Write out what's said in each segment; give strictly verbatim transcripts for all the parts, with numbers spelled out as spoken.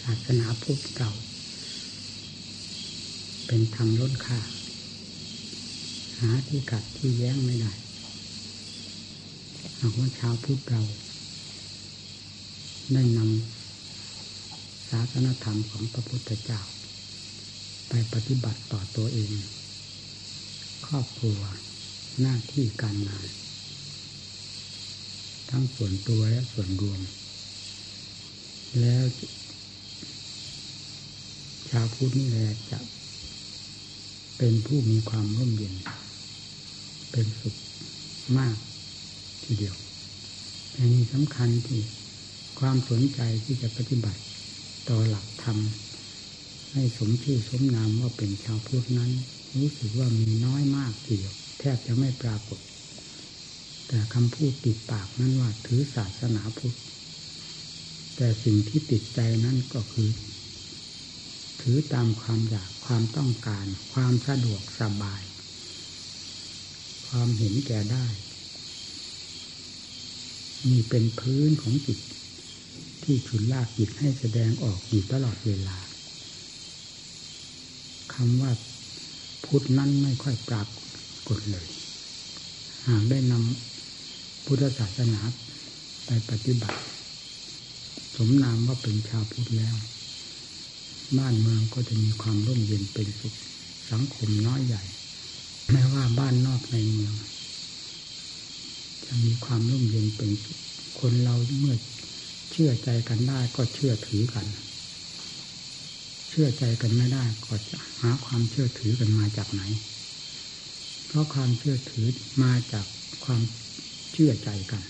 าสนาพุทธเราเป็นธรรมล้นค่าหาที่กัดที่แย้งไม่ได้หากว่าชาวพุทธเราได้นำศาสนธรรมของพระพุทธเจ้าไปปฏิบัติต่อตัวเองครอบครัวหน้าที่การงานทั้งส่วนตัวและส่วนรวมแล้วชาวพุทธนี่แหละจะเป็นผู้มีความร่มเย็นเป็นสุขมากทีเดียวอันนี้สำคัญที่ความสนใจที่จะปฏิบัติต่อหลักธรรมให้สมชื่อสมนามว่าเป็นชาวพุทธนั้นรู้สึกว่ามีน้อยมากทีเดียวแทบจะไม่ปรากฏแต่คำพูดติดปากนั้นว่าถือศาสนาพุทธแต่สิ่งที่ติดใจนั้นก็คือถือตามความอยากความต้องการความสะดวกสบายความเห็นแก่ได้นี่เป็นพื้นของจิตที่ฉุนลากจิตให้แสดงออกอยู่ตลอดเวลาคำว่าพุทธนั้นไม่ค่อยปรากฏเลยหากได้นำพุทธศาสนาไปปฏิบัติสมนามว่าเป็นชาวพุทธแล้วบ้านเมืองก็จะมีความร่มเย็นเป็นสุขสังคมน้อยใหญ่แม้ว่าบ้านนอกในเมืองจะมีความร่มเย็นเป็นสุขคนเราเมื่อเชื่อใจกันได้ก็เชื่อถือกันเชื่อใจกันไม่ได้ก็จะหาความเชื่อถือกันมาจากไหนเพราะความเชื่อถือมาจากความเชื่อใจกัน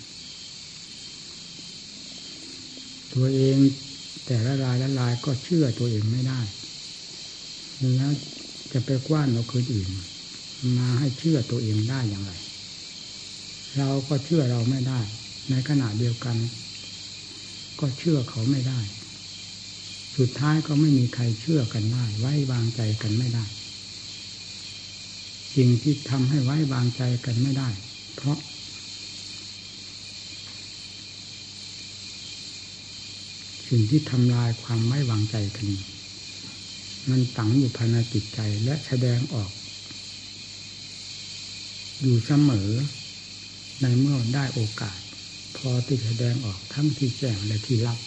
ตัวเองแต่ละรายละรายก็เชื่อตัวเองไม่ได้แล้วจะไปกว้านเอาคนอื่นมาให้เชื่อตัวเองได้อย่างไรเราก็เชื่อเราไม่ได้ในขณะเดียวกันก็เชื่อเขาไม่ได้สุดท้ายก็ไม่มีใครเชื่อกันได้ไว้วางใจกันไม่ได้สิ่งที่ทำให้ไว้วางใจกันไม่ได้เพราะสิ่งที่ทำลายความไว้วางใจกันมันฝังอยู่ภายในจิตใจและแสดงออกอยู่เสมอในเมื่อได้โอกาสพอที่แสดงออกทั้งที่แจ้งและที่ลับ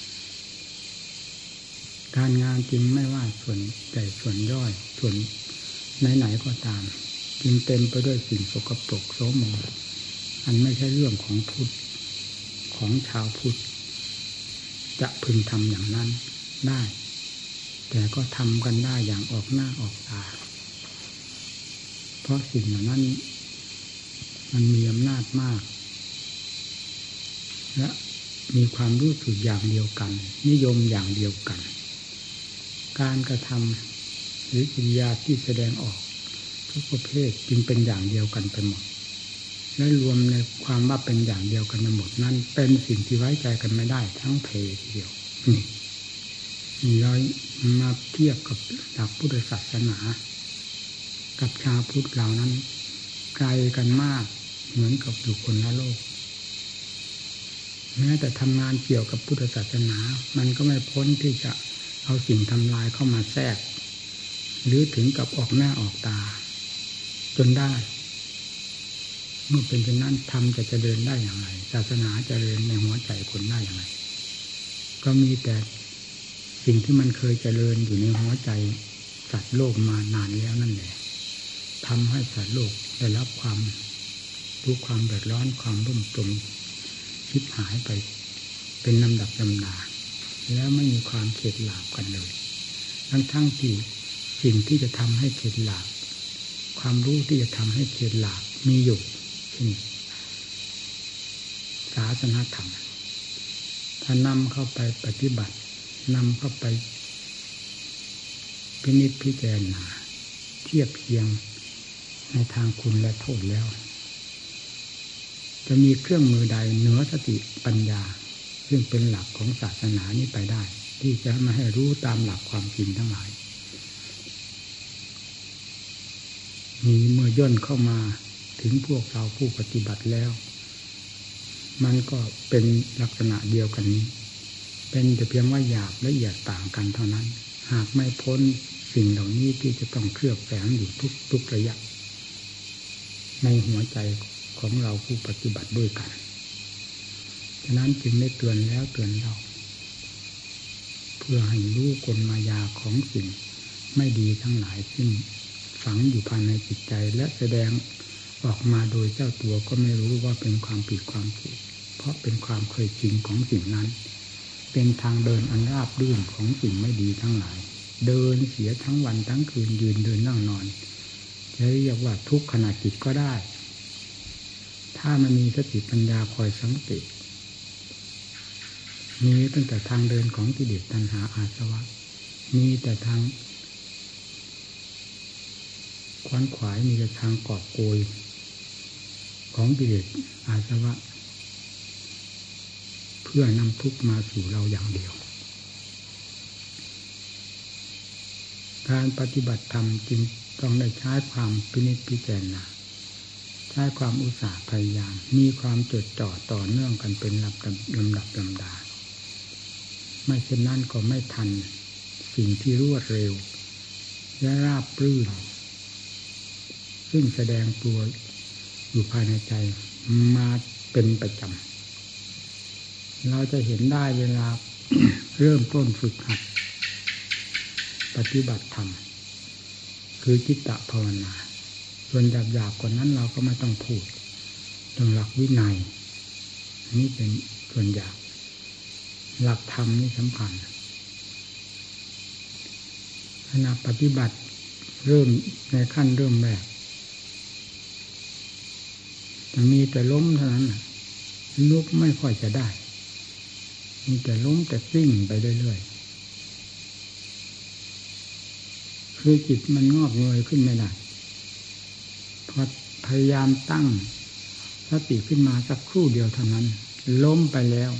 การงานจริงไม่ว่าส่วนใหญ่ส่วนย่อยส่วนไหนๆก็ตามจึงเต็มไปด้วยสิ่งสกปรกโสมมอันไม่ใช่เรื่องของพุทธของชาวพุทธจะพึงทำอย่างนั้นได้แต่ก็ทำกันได้อย่างออกหน้าออกตาเพราะสิ่งเหล่านั้นมันมีอำนาจมากและมีความรู้สึกอย่างเดียวกันนิยมอย่างเดียวกันการกระทำหรือกิริยาที่แสดงออกทุกประเภทจึงเป็นอย่างเดียวกันไปหมดและรวมในความว่าเป็นอย่างเดียวกันทั้งหมดนั้นเป็นสิ่งที่ไว้ใจกันไม่ได้ทั้งเพทีเดียวนี่เรามาเทียบกับหลักพุทธศาสนากับชาวพุทธเหล่านั้นไกลกันมากเหมือนกับอยู่คนละโลกแม้แต่ทำงานเกี่ยวกับพุทธศาสนามันก็ไม่พ้นที่จะเอาสิ่งทำลายเข้ามาแทรกหรือถึงกับออกหน้าออกตาจนได้เมื่อเป็นเช่นนั้นธรรมจะเจริญได้อย่างไรศาสนาจะเจริญในหัวใจคนได้อย่างไรก็มีแต่สิ่งที่มันเคยเจริญอยู่ในหัวใจสัตว์โลกมานานแล้วนั่นแหละทำให้สัตว์โลกได้รับความทุกข์ความเดือดร้อนความรุ่มจมชิบหายไปเป็นลำดับลำดาแล้วไม่มีความเข็ดหลาบกันเลยทั้งทั้งที่สิ่งที่จะทำให้เข็ดหลาบความรู้ที่จะทำให้เข็ดหลาบมีอยู่เช่นศาสนธรรมถ้านำเข้าไปปฏิบัตินำเข้าไปพินิจพิจารณาเทียบเคียงในทางคุณและโทษแล้วจะมีเครื่องมือใดเหนือสติปัญญาซึ่งเป็นหลักของศาสนานี้ไปได้ที่จะมาให้รู้ตามหลักความจริงทั้งหลายมีเมื่อย่นเข้ามาถึงพวกเราผู้ปฏิบัติแล้วมันก็เป็นลักษณะเดียวกันนี้เป็นแต่เพียงว่าหยาบละเอียดต่างกันเท่านั้นหากไม่พ้นสิ่งเหล่านี้ที่จะต้องเคลือบแฝงอยู่ทุกทุกระยะในหัวใจของเราผู้ปฏิบัติด้วยกันฉะนั้นจึงได้เตือนแล้วเตือนเราเพื่อให้รู้กลมายาของสิ่งไม่ดีทั้งหลายซึ่งฝังอยู่ภายในจิตใจและแสดงออกมาโดยเจ้าตัวก็ไม่รู้ว่าเป็นความผิดความถูกเพราะเป็นความเคยชินของสิ่งนั้นเป็นทางเดินอันราบรื่นของสิ่งไม่ดีทั้งหลายเดินเสียทั้งวันทั้งคืนยืนเดินนั่งนอนจะเรียกว่าทุกขณะจิตก็ได้ถ้ามันมีสติปัญญาคอยสังเกตมีตั้งแต่ทางเดินของกิเลสตัณหาอาสวะมีแต่ทางขวนขวายมีแต่ทางกอบโกยของกิเลสอาสวะเพื่อนำทุกข์มาสู่เราอย่างเดียวการปฏิบัติธรรมจึงต้องได้ใช้ความพินิจพิจารณาใช้ความอุตสาห์พยายามมีความจดจ่อต่อเนื่องกันเป็นลำดับลำดับลำดาไม่เช่นนั้นก็ไม่ทันสิ่งที่รวดเร็วและราบรื่นซึ่งแสดงตัวอยู่ภายในใจมาเป็นประจำเราจะเห็นได้เวลา เริ่มต้นฝึกหัดปฏิบัติธรรมคือจิตตภาวนาส่วนหยาบๆกว่านั้นเราก็ไม่ต้องพูดเรื่องหลักวินัยนี่เป็นส่วนหยาบหลักธรรมนี่สำคัญขณะปฏิบัติเริ่มในขั้นเริ่มแรกจะมีแต่ล้มเท่านั้นลุกไม่ค่อยจะได้มีแต่ล้มแต่ซิ่งไปเรื่อยๆคือจิตมันงอกเงยขึ้นไม่ได้พอพยายามตั้งสติขึ้นมาสักครู่เดียวเท่านั้นล้มไปแล้ว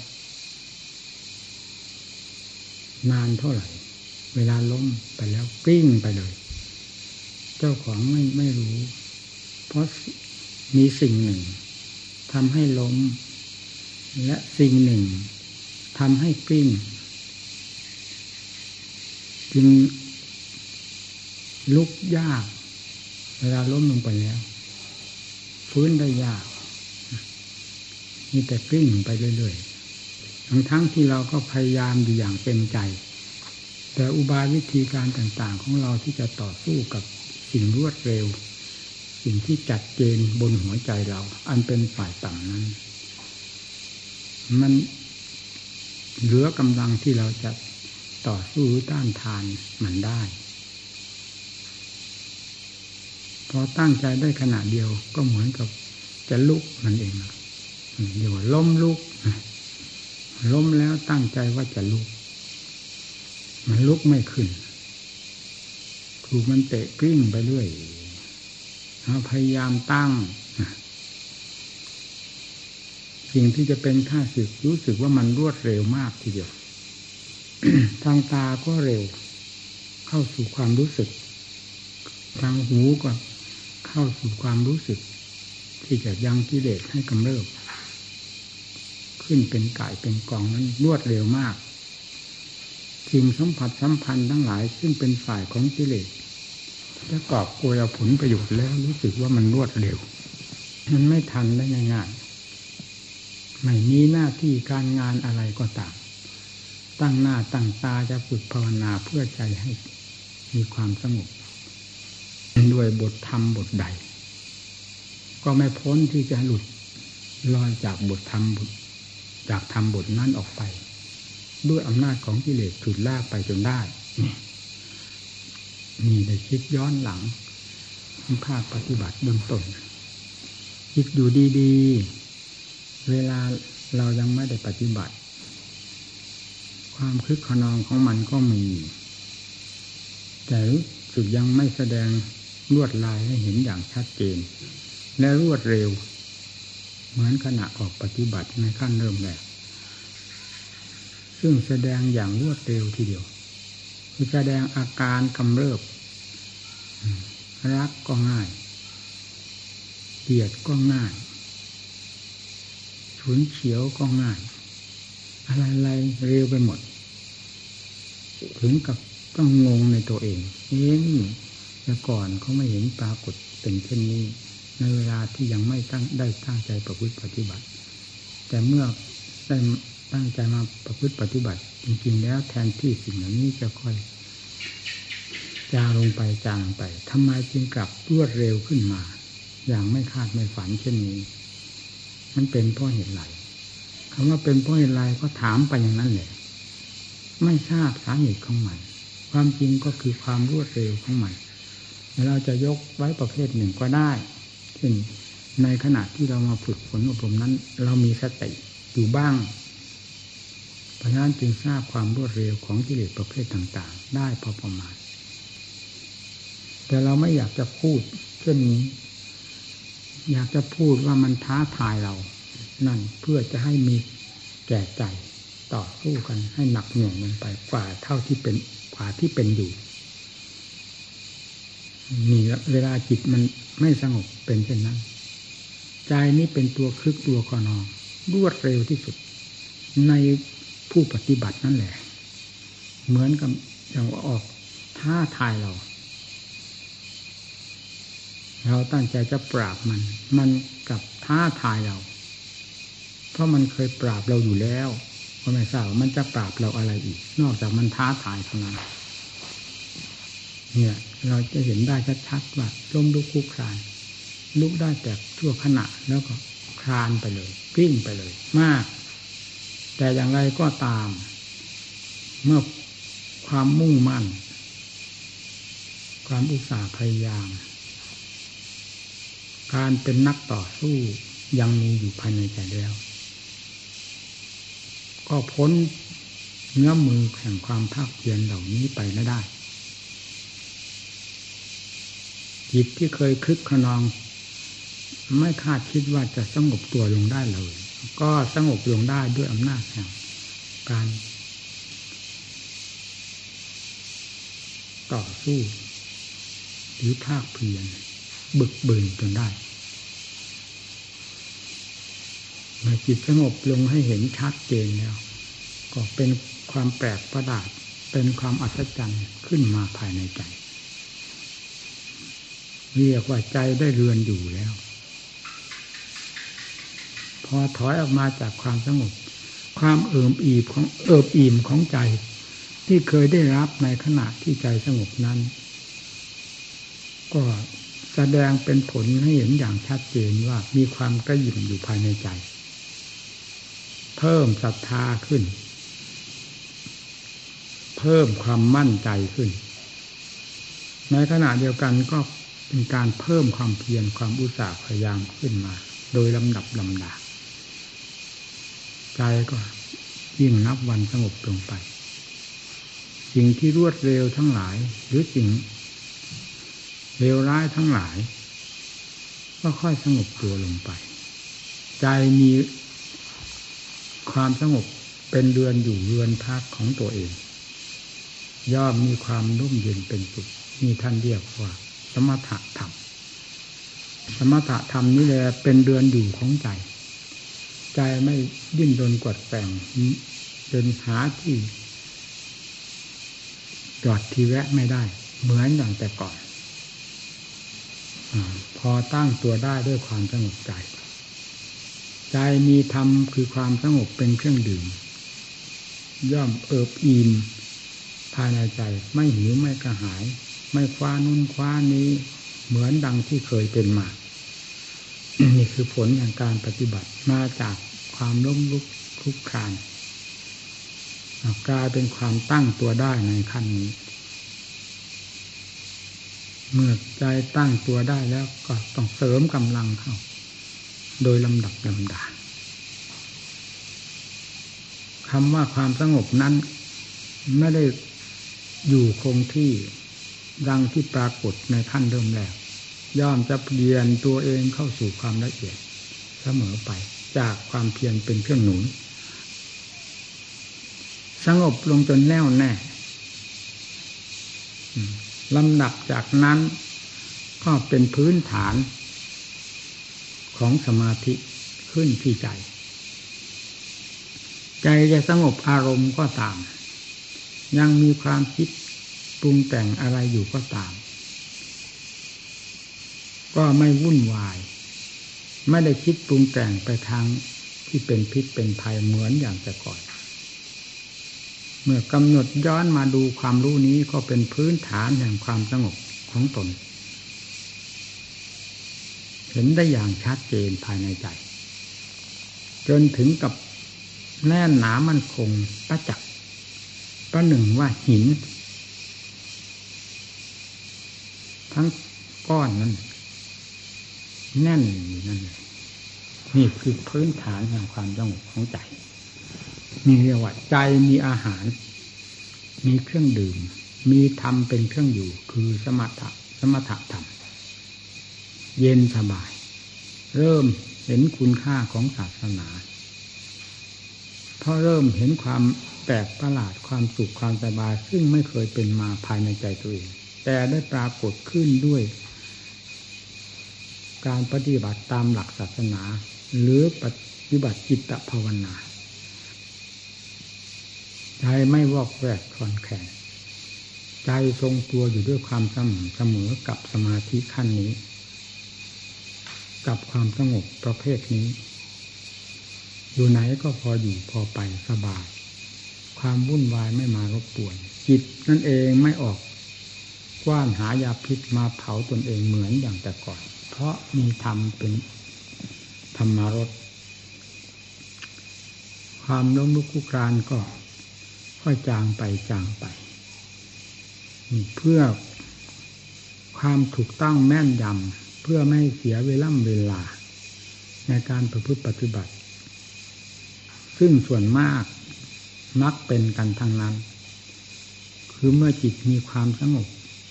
นานเท่าไหร่เวลาล้มไปแล้วกลิ้งไปเลยเจ้าของไม่ไม่รู้เพราะมีสิ่งหนึ่งทำให้ล้มและสิ่งหนึ่งทำให้กลิ้งจึงลุกยากเวลาล้มลงไปแล้วฟื้นได้ยากมีแต่กลิ้งไปเรื่อยๆทั้งทั้งที่เราก็พยายามอยู่อย่างเต็มใจแต่อุบายวิธีการต่างๆของเราที่จะต่อสู้กับสิ่งรวดเร็วสิ่งที่จัดเจนบนหัวใจเราอันเป็นฝ่ายต่ำนั้นมันเหลือกำลังที่เราจะต่อสู้ต้านทานมันได้พอตั้งใจได้ขณะเดียวก็เหมือนกับจะลุกมันเองเรียกว่าล้มลุกล้มแล้วตั้งใจว่าจะลุกมันลุกไม่ขึ้นถูกมันเตะกลิ้งไปเรื่อยพยายามตั้งสิ่งที่จะเป็นข้าศึกรู้สึกว่ามันรวดเร็วมากทีเดียว ทางตาก็เร็วเข้าสู่ความรู้สึกทางหูก็เข้าสู่ความรู้สึกที่จะยังกิเลสให้กำเริบขึ้นเป็นก่ายเป็นกองนั้นรวดเร็วมากสิ่งสัมผัสสัมพันธ์ทั้งหลายซึ่งเป็นฝ่ายของกิเลสถ้ากอบโกยเอาผลประโยชน์แล้วรู้สึกว่ามันรวดเร็วมันไม่ทันได้ง่ายๆไม่มีหน้าที่การงานอะไรก็ตามตั้งหน้าตั้งตาจะฝึกภาวนาเพื่อใจให้มีความสงบด้วยบทธรรมบทใดก็ไม่พ้นที่จะหลุดลอยจากบทธรรมบทจากธรรมบทนั้นออกไปด้วยอำนาจของกิเลสฉุดลากไปจนได้นี่ได้คิดย้อนหลังภาคปฏิบัติเบื้องต้นคิดอยู่ดีๆเวลาเรายังไม่ได้ปฏิบัติความคึกขนองของมันก็มีแต่รู้สึกยังไม่แสดงลวดลายให้เห็นอย่างชัดเจนและรวดเร็วเหมือนขณะออกปฏิบัติในขั้นเริ่มแรกซึ่งแสดงอย่างรวดเร็วทีเดียวคือแสดงอาการกำเริบรักก็ง่ายเกลียดก็ง่ายฉุนเฉียวก็ง่ายอะไรๆเร็วไปหมดถึงกับต้องงงในตัวเองเอ๊ะนี่แต่ก่อนเขาไม่เห็นปรากฏเป็นเช่นนี้ในเวลาที่ยังไม่ตั้งได้ตั้งใจประพฤติปฏิบัติแต่เมื่อได้ตั้งใจมาประพฤติปฏิบัติจริงๆแล้วแทนที่สิ่งเหล่านี้จะค่อยจางลงไปจางลงไปทำไมจึงกลับรวดเร็วขึ้นมาอย่างไม่คาดไม่ฝันเช่นนี้มันเป็นเพราะเหตุไรคำว่าเป็นเพราะเหตุไรก็ถามไปอย่างนั้นแหละไม่ทราบสาเหตุของมันความจริงก็คือความรวดเร็วของมันเราจะยกไว้ประเภทหนึ่งก็ได้เช่นในขณะที่เรามาฝึกฝนอบรมนั้นเรามีสติอยู่บ้างเพราะฉะนั้นจึงทราบความรวดเร็วของกิเลสประเภทต่างๆได้พอประมาณแต่เราไม่อยากจะพูดเช่นนี้อยากจะพูดว่ามันท้าทายเรานั่นเพื่อจะให้มีแก่ใจต่อสู้กันให้หนักหน่วงมันไปกว่าเท่าที่เป็นกว่าที่เป็นอยู่นี่เวลาจิตมันไม่สงบเป็นเช่นนั้นใจนี้เป็นตัวคลึกตัวคอนองรวดเร็วที่สุดในผู้ปฏิบัตินั่นแหละเหมือนกับอย่างว่าออกท้าทายเราเราตั้งใจจะปราบมันมันกับท้าทายเราเพราะมันเคยปราบเราอยู่แล้วก็ไม่ทราบว่ามันจะปราบเราอะไรอีกนอกจากมันท้าทายเท่านั้นเนี่ยเราจะเห็นได้ชัดๆว่าล้มลุกคลุกคลานลุกได้แต่ชั่วขณะแล้วก็คลานไปเลยกลิ้งไปเลยมากแต่อย่างไรก็ตามเมื่อความมุ่งมั่นความอุตสาห์พยายามการเป็นนักต่อสู้ยังมีอยู่ภายในใจแล้วก็พ้นเงื้อมมือแห่งความภาคเพียรเหล่านี้ไปไม่ได้จิตที่เคยคึกขนองไม่คาดคิดว่าจะสงบตัวลงได้เลยก็สงบลงได้ด้วยอำนาจแห่งการต่อสู้หรือภาคเพียรบึกบึนจนได้เมื่อจิตสงบลงให้เห็นชัดเจนแล้วก็เป็นความแปลกประหลาดเป็นความอัศจรรย์ขึ้นมาภายในใจเรียกว่าใจได้เรือนอยู่แล้วพอถอยออกมาจากความสงบความเอิบอิ่มของเอิบอิ่มของใจที่เคยได้รับในขณะที่ใจสงบนั้นก็แสดงเป็นผลให้เห็นอย่างชัดเจนว่ามีความกระหยิ่มอยู่ภายในใจเพิ่มศรัทธาขึ้นเพิ่มความมั่นใจขึ้นในขณะเดียวกันก็เป็นการเพิ่มความเพียรความอุตสาห์พยายามขึ้นมาโดยลำดับลำดาใจก็ยิ่งนับวันสงบลงไปสิ่งที่รวดเร็วทั้งหลายหรือสิ่งเลวร้ายทั้งหลายก็ค่อยสงบตัวลงไปใจมีความสงบเป็นเรือนอยู่เรือนพักของตัวเองย่อมมีความร่มเย็นเป็นสุขนี่ท่านเรียกว่าสมถะธรรมสมถะธรรมนี่แหละเป็นเรือนอยู่ของใจใจไม่ดิ้นรนกวัดแกว่งจนหาที่จอดที่แวะไม่ได้เหมือนอย่างแต่ก่อนพอตั้งตัวได้ด้วยความสงบใจใจมีธรรมคือความสงบเป็นเครื่องดื่มย่อมเอิบอิ่มภายในใจไม่หิวไม่กระหายไม่คว้านู่นคว้านี้เหมือนดังที่เคยเป็นมา นี่คือผลแห่งการปฏิบัติมาจากความล้มลุกคลุกคลานกลายเป็นความตั้งตัวได้ในขั้นนี้เมื่อใจตั้งตัวได้แล้วก็ต้องเสริมกำลังเข้าโดยลำดับลำดาคำว่าความสงบนั้นไม่ได้อยู่คงที่ดังที่ปรากฏในขั้นเริ่มแรกย่อมจะเปลี่ยนตัวเองเข้าสู่ความละเอียดเสมอไปจากความเพียรเป็นเครื่องหนุนสงบลงจนแน่วแน่ลำดับจากนั้นก็เป็นพื้นฐานของสมาธิขึ้นที่ใจใจจะสงบอารมณ์ก็ตามยังมีความคิดปรุงแต่งอะไรอยู่ก็ตามก็ไม่วุ่นวายไม่ได้คิดปรุงแต่งไปทางที่เป็นพิษเป็นภัยเหมือนอย่างแต่ก่อนเมื่อกำหนดย้อนมาดูความรู้นี้ก็เป็นพื้นฐานแห่งความสงบของตนเห็นได้อย่างชัดเจนภายในใจจนถึงกับแน่นหนามั่นคงประจักษ์ประหนึ่งว่าหินทั้งก้อนนั้นแน่นอยู่นั่นนี่คือพื้นฐานแห่งความสงบของใจนี่เรียกว่าใจมีอาหารมีเครื่องดื่มมีธรรมเป็นเครื่องอยู่คือสมถะสมถะธรรมเย็นสบายเริ่มเห็นคุณค่าของศาสนาเพราะเริ่มเห็นความแปลกประหลาดความสุขความสบายซึ่งไม่เคยเป็นมาภายในใจตัวเองแต่ได้ปรากฏขึ้นด้วยการปฏิบัติตามหลักศาสนาหรือปฏิบัติจิตภาวนาใจไม่วอกแวกคลอนแคลนใจทรงตัวอยู่ด้วยความสม่ำเสมอกับสมาธิขั้นนี้กับความสงบประเภทนี้อยู่ไหนก็พออยู่พอไปสบายความวุ่นวายไม่มารบกวนจิตนั่นเองไม่ออกกว้านหายาพิษมาเผาตนเองเหมือนอย่างแต่ก่อนเพราะมีธรรมเป็นธรรมารสความล้มลุกคลุกคลานก็ค่อยจางไปจางไปเพื่อความถูกต้องแม่นยำเพื่อไม่เสียเวลาเวลาในการประพฤติปฏิบัติซึ่งส่วนมากมักเป็นกันทั้งนั้นคือเมื่อจิตมีความสงบ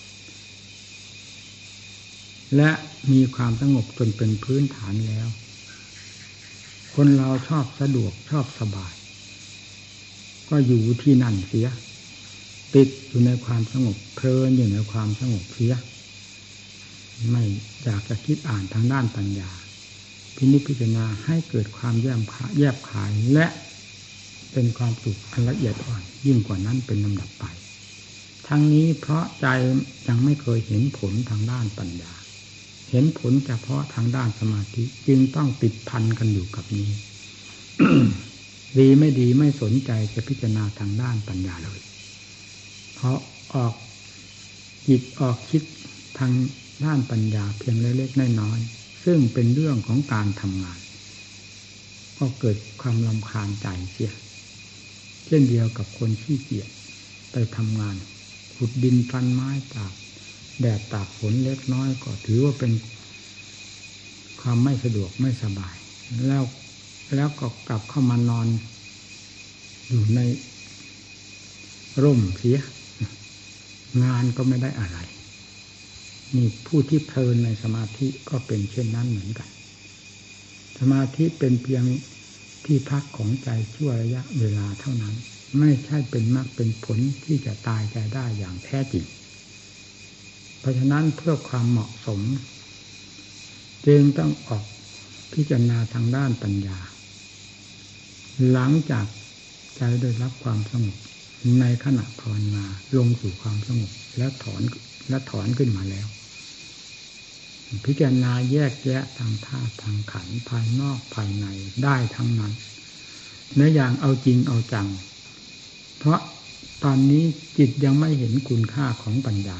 และมีความสงบจนเป็นพื้นฐานแล้วคนเราชอบสะดวกชอบสบายก็อยู่ที่นั่นเสียติดอยู่ในความสงบเพลินอยู่ในความสงบเสียไม่อยากจะคิดอ่านทางด้านปัญญาพินิจพิจารณาให้เกิดความแยบขาแยบขายและเป็นความสุขอันละเอียดอ่อนยิ่งกว่านั้นเป็นลำดับไปทั้งนี้เพราะใจยังไม่เคยเห็นผลทางด้านปัญญาเห็นผลเฉพาะทางด้านสมาธิจึงต้องติดพันกันอยู่กับนี้ ดีไม่ดีไม่สนใจจะพิจารณาทางด้านปัญญาเลยเพราะออกจิตออกคิดทางด้านปัญญาเพียงเล็กๆน้อยๆซึ่งเป็นเรื่องของการทำงานก็เกิดความรำคาญใจเสียเช่นเดียวกับคนขี้เกียจไปทำงานขุดดินฟันไม้ตากแดดตากฝนเล็กน้อยก็ถือว่าเป็นความไม่สะดวกไม่สบายแล้วแล้วก็กลับเข้ามานอนอยู่ในร่มเสียงานก็ไม่ได้อะไรนี่ผู้ที่เพลินในสมาธิก็เป็นเช่นนั้นเหมือนกันสมาธิเป็นเพียงที่พักของใจชั่วระยะเวลาเท่านั้นไม่ใช่เป็นมรรคเป็นผลที่จะตายใจได้อย่างแท้จริงเพราะฉะนั้นเพื่อความเหมาะสมจึงต้องออกพิจารณาทางด้านปัญญาหลังจากใจได้รับความสงบในขณะภาวนาลงสู่ความสงบและถอนและถอนขึ้นมาแล้วพิจารณาแยกแยะทางธาตุทางขันธ์ภายนอกภายในได้ทั้งนั้นเนื้ออย่างเอาจริงเอาจังเพราะตอนนี้จิตยังไม่เห็นคุณค่าของปัญญา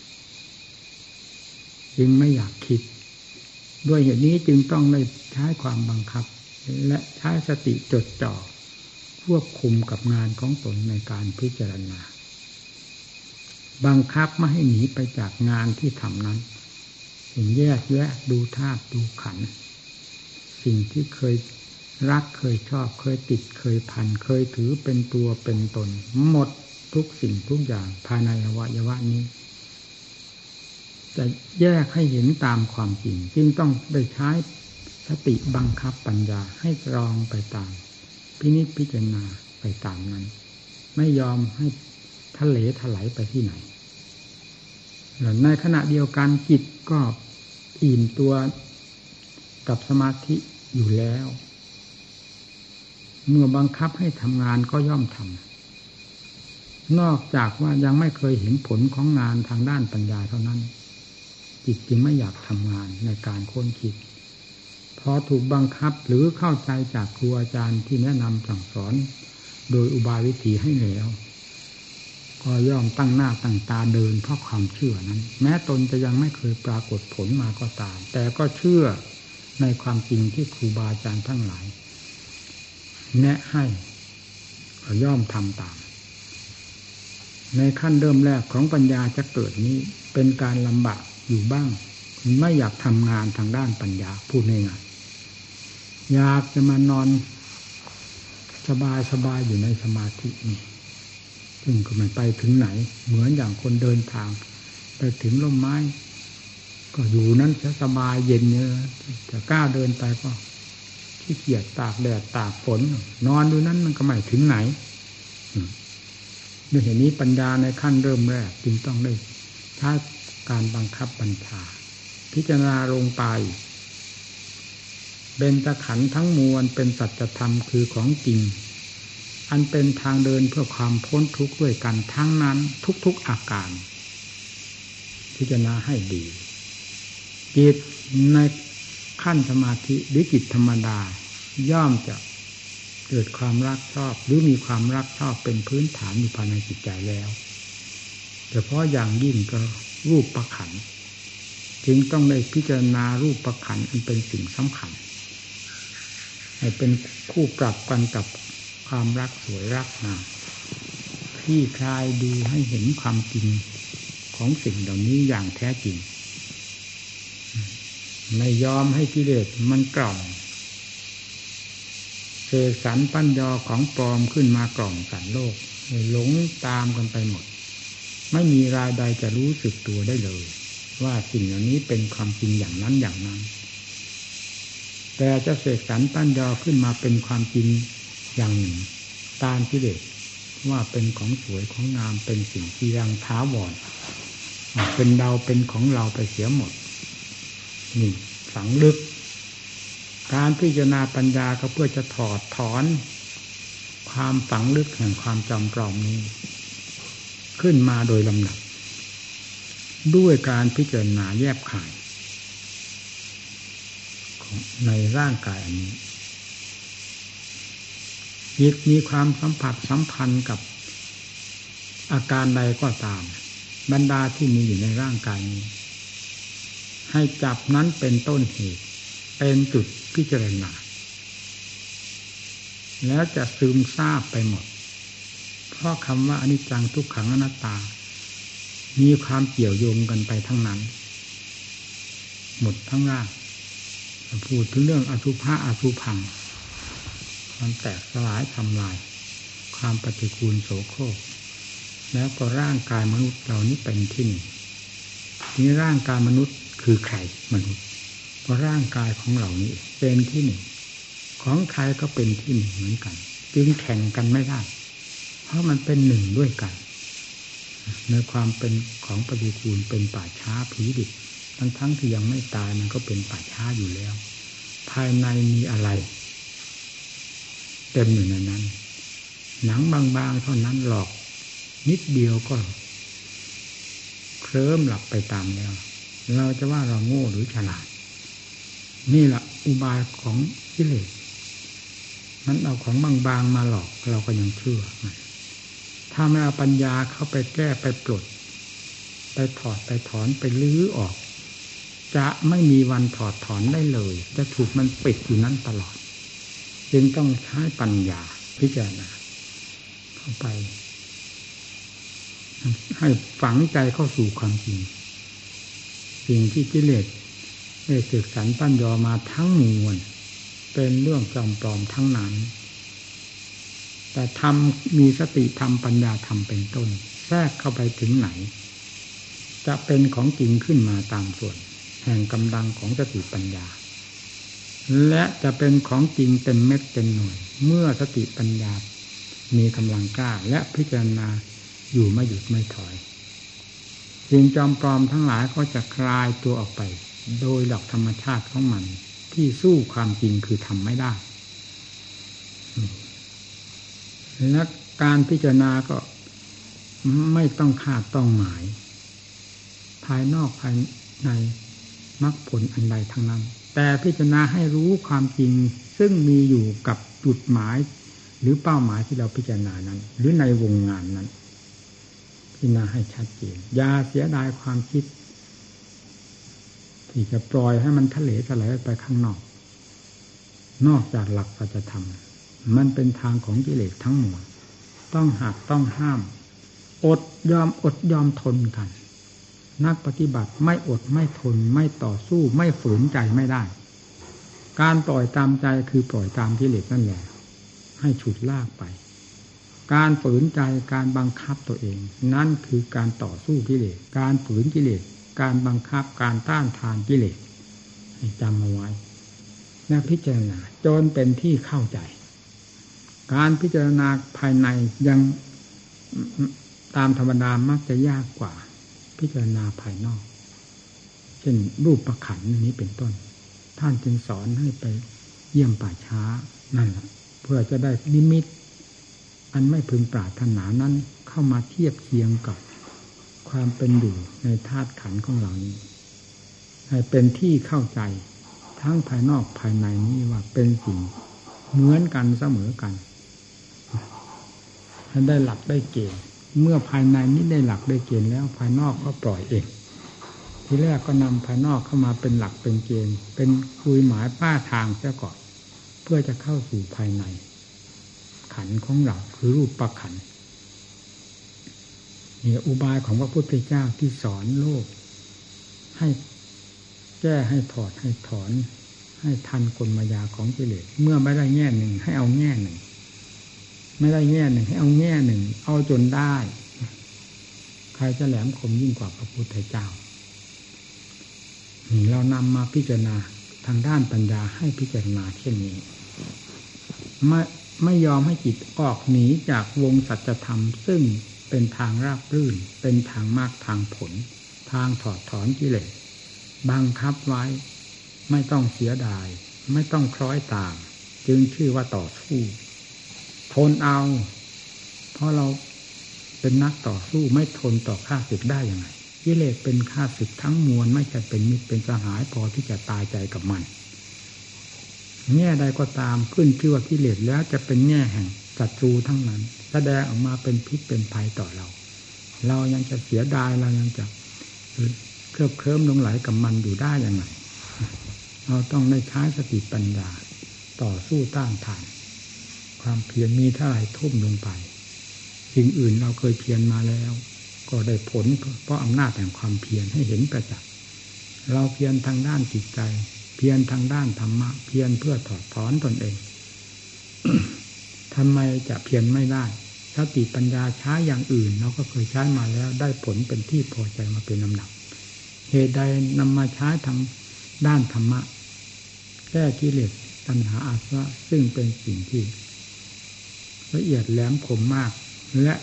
จึงไม่อยากคิดด้วยเหตุนี้จึงต้องได้ใช้ความบังคับและใช้สติจดจ่อควบคุมกับงานของตนในการพิจารณาบังคับไม่ให้หนีไปจากงานที่ทำนั้นสิ่งแยกแยะดูธาตุดูขันธ์สิ่งที่เคยรักเคยชอบเคยติดเคยพันเคยถือเป็นตัวเป็นตนหมดทุกสิ่งทุกอย่างภายในอวัยวะนี้จะแยกให้เห็นตามความจริงจึงต้องได้ใช้สติบังคับปัญญาให้ตรองไปตามพินิจพิจารณาไปตามนั้นไม่ยอมให้ทะเลถลายไปที่ไหนและในขณะเดียวกันจิตก็อิ่มตัวกับสมาธิอยู่แล้วเมื่อบังคับให้ทำงานก็ย่อมทำนอกจากว่ายังไม่เคยเห็นผลของงานทางด้านปัญญาเท่านั้นจิตจึงไม่อยากทำงานในการค้นคิดพอถูกบังคับหรือเข้าใจจากครูอาจารย์ที่แนะนำสั่งสอนโดยอุบายวิธีให้แล้วก็ย่อมตั้งหน้าตั้งตาเดินเพราะความเชื่อนั้นแม้ตนจะยังไม่เคยปรากฏผลมาก็ตามแต่ก็เชื่อในความจริงที่ครูบาอาจารย์ทั้งหลายแนะให้ก็ย่อมทำตามในขั้นเริ่มแรกของปัญญาจะเกิดนี้เป็นการลำบากอยู่บ้างไม่อยากทำงานทางด้านปัญญาพูดง่ายๆอยากจะมานอนสบายสบายอยู่ในสมาธินี่ซึ่งก็ไม่ไปถึงไหนเหมือนอย่างคนเดินทางไปถึงร่มไม้ก็อยู่นั้นจะสบายเย็นเนี่ยจะกล้าเดินไปก็ขี้เกียจตากแดดตากฝนนอนอยู่นั้นมันก็ไม่ถึงไหนด้วยเหตุนี้ปัญญาในขั้นเริ่มแรกจึงต้องได้ใช้การบังคับบัญชาพิจารณาลงไปเบญจขันธ์ทั้งมวลเป็นสัจธรรมคือของจริงอันเป็นทางเดินเพื่อความพ้นทุกข์ด้วยกันทั้งนั้นทุกๆอาการพิจารณาให้ดีจิตในขั้นสมาธิหรือจิตธรรมดาย่อมจะเกิดความรักชอบหรือมีความรักชอบเป็นพื้นฐานอยู่ภายในจิตใจแล้วเฉพาะอย่างยิ่งก็รูปประขันจึงต้องได้พิจารณารูปประขันอันเป็นสิ่งสำคัญให้เป็นคู่ปรับกันกับความรักสวยรักงามคลี่คลายดูให้เห็นความจริงของสิ่งเหล่านี้อย่างแท้จริงไม่ยอมให้กิเลสมันกล่อมเสกสรรปั้นยอของปลอมขึ้นมากล่อมสันโลกหลงตามกันไปหมดไม่มีรายใดจะรู้สึกตัวได้เลยว่าสิ่งเหล่านี้เป็นความจริงอย่างนั้นอย่างนั้นแต่จะเสกสรรปั้นยอขึ้นมาเป็นความจริงอย่างหนึ่งตามกิเลสว่าเป็นของสวยของงามเป็นสิ่งที่ยังท้าวรเป็นเราเป็นของเราไปเสียหมดนี่ฝังลึกการพิจารณาปัญญาก็เพื่อจะถอดถอนความฝังลึกแห่งความจำปลอมนี้ขึ้นมาโดยลำดับด้วยการพิจารณาแยบคายในร่างกายอันนี้จิตมีความสัมผัสสัมพันธ์กับอาการใดก็ตามบรรดาที่มีอยู่ในร่างกายนี้ให้จับนั้นเป็นต้นเหตุเป็นจุดพิจารณาแล้วจะซึมซาบไปหมดเพราะคำว่าอนิจจังทุกขังอนัตตามีความเกี่ยวโยงกันไปทั้งนั้นหมดทั้งร่างพูดถึงเรื่องอสุภะอสุภังความแตกสลายทำลายความปฏิกูลโสโครกแล้วก็ร่างกายมนุษย์เรานี้เป็นที่หนึ่งนี้ร่างกายมนุษย์คือใครมนุษย์เพราะร่างกายของเรานี้เป็นที่หนึ่งของใครก็เป็นที่หนึ่งเหมือนกันจึงแข่งกันไม่ได้เพราะมันเป็นหนึ่งด้วยกันในความเป็นของปฏิกูลเป็นป่าช้าผีดิบทั้งทั้งที่ยังไม่ตายมันก็เป็นป่าช้าอยู่แล้วภายในมีอะไรเต็มอยู่ในนั้นหนังบางๆเท่านั้นหลอกนิดเดียวก็เคลิ้มหลับไปตามแล้วเราจะว่าเราโง่หรือฉลาดนี่แหละอุบายของกิเลสมันเอาของบางๆมาหลอกเราก็ยังเชื่อถ้าไม่เอาปัญญาเข้าไปแก้ไปปลดไปถอดไปถอนไปลื้อออกจะไม่มีวันถอดถอนได้เลยจะถูกมันปิดอยู่นั้นตลอดจึงต้องใช้ปัญญาพิจารณาเข้าไปให้ฝังใจเข้าสู่ความจริงสิ่งที่กิเลสได้ศึกษาปั้นยอมาทั้งมวลเป็นเรื่องจอมปลอมทั้งนั้นแต่ทำมีสติธรรมปัญญาธรรมเป็นต้นแทรกเข้าไปถึงไหนจะเป็นของจริงขึ้นมาตามส่วนแห่งกำลังของสติปัญญาและจะเป็นของจริงเต็มเม็ดเต็มหน่วยเมื่อสติปัญญามีกำลังกล้าและพิจารณาอยู่ไม่หยุดไม่ถอยสิ่งจอมปลอมทั้งหลายก็จะคลายตัวออกไปโดยหลักธรรมชาติของมันที่สู้ความจริงคือทำไม่ได้และการพิจารณาก็ไม่ต้องคาดต้องหมายภายนอกภายในมรรคผลอันใดทั้งนั้นแต่พิจารณาให้รู้ความจริงซึ่งมีอยู่กับจุดหมายหรือเป้าหมายที่เราพิจารณานั้นหรือในวงงานนั้นพิจารณาให้ชัดเจนอย่าเสียดายความคิดที่จะปล่อยให้มันทะเลทลายไปข้างนอกนอกจากหลักสัจธรรมมันเป็นทางของกิเลสทั้งหมดต้องหักต้องห้ามอดยอมอดยอมทนกันนักปฏิบัติไม่อดไม่ทนไม่ต่อสู้ไม่ฝืนใจไม่ได้การปล่อยตามใจคือปล่อยตามกิเลสนั่นแหละให้ฉุดลากไปการฝืนใจการบังคับตัวเองนั่นคือการต่อสู้กิเลสการฝืนกิเลสการบังคับการต้านทานกิเลสให้จำเอาไว้และพิจารณาจนเป็นที่เข้าใจการพิจารณาภายในยังตามธรรมดามักจะยากกว่าพิจารณาภายนอกเช่นรูปประขันนี้เป็นต้นท่านจึงสอนให้ไปเยี่ยมป่าช้านั่นแหละเพื่อจะได้นิมิตอันไม่พึงปรารถนานั้นเข้ามาเทียบเคียงกับความเป็นอยู่ในธาตุขันธ์ของเรานี้ให้เป็นที่เข้าใจทั้งภายนอกภายในนี้ว่าเป็นสิ่งเหมือนกันเสมอกันให้ได้หลักได้เกณฑ์เมื่อภายในนี้ได้หลักได้เกณฑ์แล้วภายนอกก็ปล่อยเองทีแรกก็นำภายนอกเข้ามาเป็นหลักเป็นเกณฑ์เป็นคุยหมายป้าทางเสียก่อนเพื่อจะเข้าสู่ภายในขันธ์ของเราคือรูปประขันธ์นี่อุบายของพระพุทธเจ้าที่สอนโลกให้แก้ให้ถอดให้ถอนให้ทันกลมายาของกิเลสเมื่อไม่ได้แง่หนึ่งให้เอาแง่หนึ่งไม่ได้แง่หนึ่งให้เอาแง่หนึ่งเอาจนได้ใครจะแหลมคมยิ่งกว่าพระพุทธเจ้านี่เรานำมาพิจารณาทางด้านปัญญาให้พิจารณาเช่นนี้ไม่ไม่ยอมให้จิตออกหนีจากวงสัจธรรมซึ่งเป็นทางราบรื่นเป็นทางมากทางผลทางถอดถอนกิเลสบังคับไว้ไม่ต้องเสียดายไม่ต้องคล้อยตามจึงชื่อว่าต่อสู้ทนเอาเพราะเราเป็นนักต่อสู้ไม่ทนต่อข้าศึกได้ยังไงกิเลสเป็นข้าศึกทั้งมวลไม่ใช่เป็นมิตรเป็นสหายพอที่จะตายใจกับมันแง่ใดก็ตามขึ้นชื่อว่ากิเลสแล้วจะเป็นแง่แห่งศัตรูทั้งนั้นแสดงออกมาเป็นพิษเป็นภัยต่อเราเรายังจะเสียดายเรายังจะเคลิบเคลิ้มหลงไหลกับมันอยู่ได้ยังไงเราต้องได้ใช้สติปัญญาต่อสู้ต้านทานความเพียรมีเท่าไหร่ทุ่มลงไปสิ่งอื่นเราเคยเพียรมาแล้วก็ได้ผลเพราะอำนาจแห่งความเพียรให้เห็นประจักษ์เราเพียรทางด้านจิตใจเพียรทางด้านธรรมะเพียรเพื่อถอดถอนตนเอง ทำไมจะเพียรไม่ได้สติปัญญาใช้อย่างอื่นเราก็เคยใช้มาแล้วได้ผลเป็นที่พอใจมาเป็นลำดับเหตุใดนำมาใช้ทางด้านธรรมะแก้กิเลสตัณหาอาสวะซึ่งเป็นสิ่งที่ละเอียดแหลมคมมากและ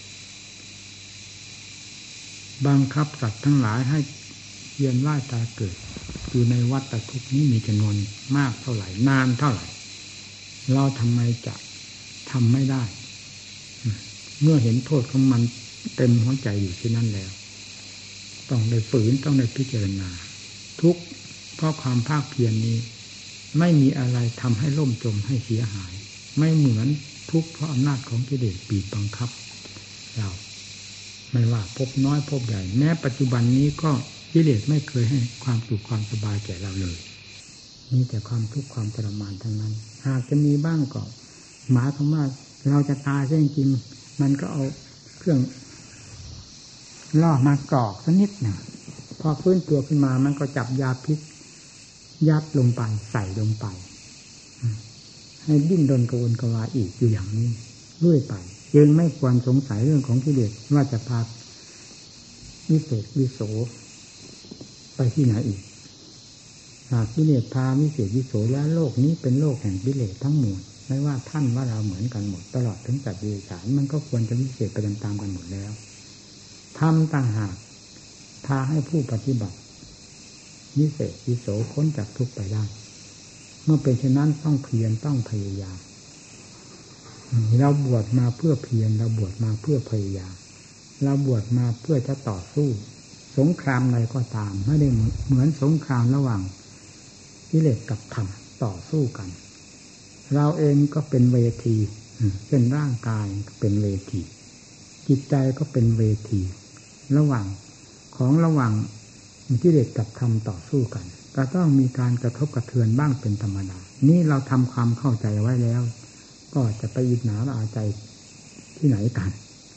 บังคับสัตว์ทั้งหลายให้เวียนว่ายตายเกิดอยู่ในวัฏทุกข์นี้มีจำนวนมากเท่าไหร่นานเท่าไหร่เราทำไมจะทำไม่ได้เมื่อเห็นโทษของมันเต็มหัวใจอยู่ที่นั่นแล้วต้องได้ฝืนต้องได้พิจารณาทุกเพราะความภาคเพียรนี้ไม่มีอะไรทำให้ล่มจมให้เสียหายไม่เหมือนทุกเพราะอำนาจของกิเลสบีบบังคับเราไม่ว่าพบน้อยพบใหญ่แม้ปัจจุบันนี้ก็กิเลสไม่เคยให้ความสุขความสบายแก่เราเลยมีแต่ความทุกข์ความทรมานทั้งนั้นหากจะมีบ้างก็หมายความว่าเราจะตายจริงๆมันก็เอาเครื่องล่อมากรอกสักนิดหนึ่งพอฟื้นตัวขึ้นมามันก็จับยาพิษยัดลงไปใส่ลงไปให้ดิ้นรนกระวนกระวายอีกอยู่อย่างนี้เรื่อยไปจึงไม่ควรสงสัยเรื่องของกิเลสว่าจะพาวิเศษวิโสไปที่ไหนอีกหากกิเลสพาวิเศษวิโสแล้วโลกนี้เป็นโลกแห่งกิเลสทั้งหมดไม่ว่าท่านว่าเราเหมือนกันหมดตลอดถึงสัตว์เดรัจฉานมันก็ควรจะวิเศษไปตามๆกันหมดแล้วทำต่างหากพาให้ผู้ปฏิบัติวิเศษวิโสพ้นจากทุกข์ไปได้เมื่อเป็นเช่นนั้นต้องเพียรต้องพยายามเราบวชมาเพื่อเพียรเราบวชมาเพื่อพยายามเราบวชมาเพื่อจะต่อสู้สงครามใดก็ตามไม่ได้เหมือนสงครามระหว่างกิเลสกับธรรมต่อสู้กันเราเองก็เป็นเวทีเป็นร่างกายเป็นเวทีจิตใจก็เป็นเวทีระหว่างของระหว่างกิเลสกับธรรมต่อสู้กันก็ต้องมีการกระทบกระเทือนบ้างเป็นธรรมดานี่เราทำความเข้าใจไว้แล้วก็จะไปอิจฉาละอาใจที่ไหนกัน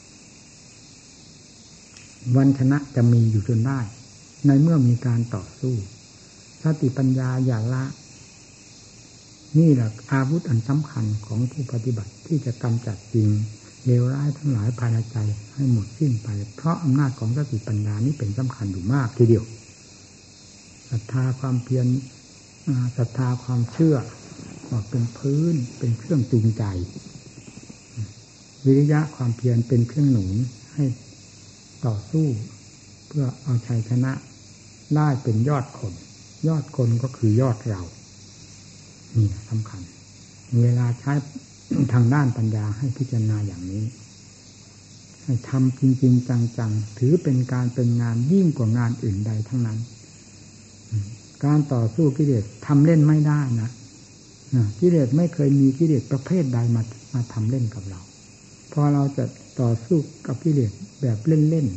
วันชนะจะมีอยู่จนได้ในเมื่อมีการต่อสู้สติปัญญาอย่าละนี่แหละอาวุธอันสำคัญของผู้ปฏิบัติที่จะกำจัดสิ่งเลวร้ายทั้งหลายภายในใจให้หมดสิ้นไปเพราะอำนาจของสติปัญญานี้เป็นสำคัญอยู่มากทีเดียวศรัทธาความเพียรศรัทธาความเชื่อก็เป็นพื้นเป็นเครื่องจูงใจวิริยะความเพียรเป็นเครื่องหนุนให้ต่อสู้เพื่อเอาชัยชนะได้เป็นยอดคนยอดคนก็คือยอดเรานี่สำคัญเวลาใช้ ทางด้านปัญญาให้พิจารณาอย่างนี้ให้ทำจริงๆจังๆถือเป็นการเป็นงานยิ่งกว่างานอื่นใดทั้งนั้นการต่อสู้กิเลสทำเล่นไม่ได้นะกิเลสไม่เคยมีกิเลสประเภทใดมามาทำเล่นกับเราพอเราจะต่อสู้กับกิเลสแบบเล่น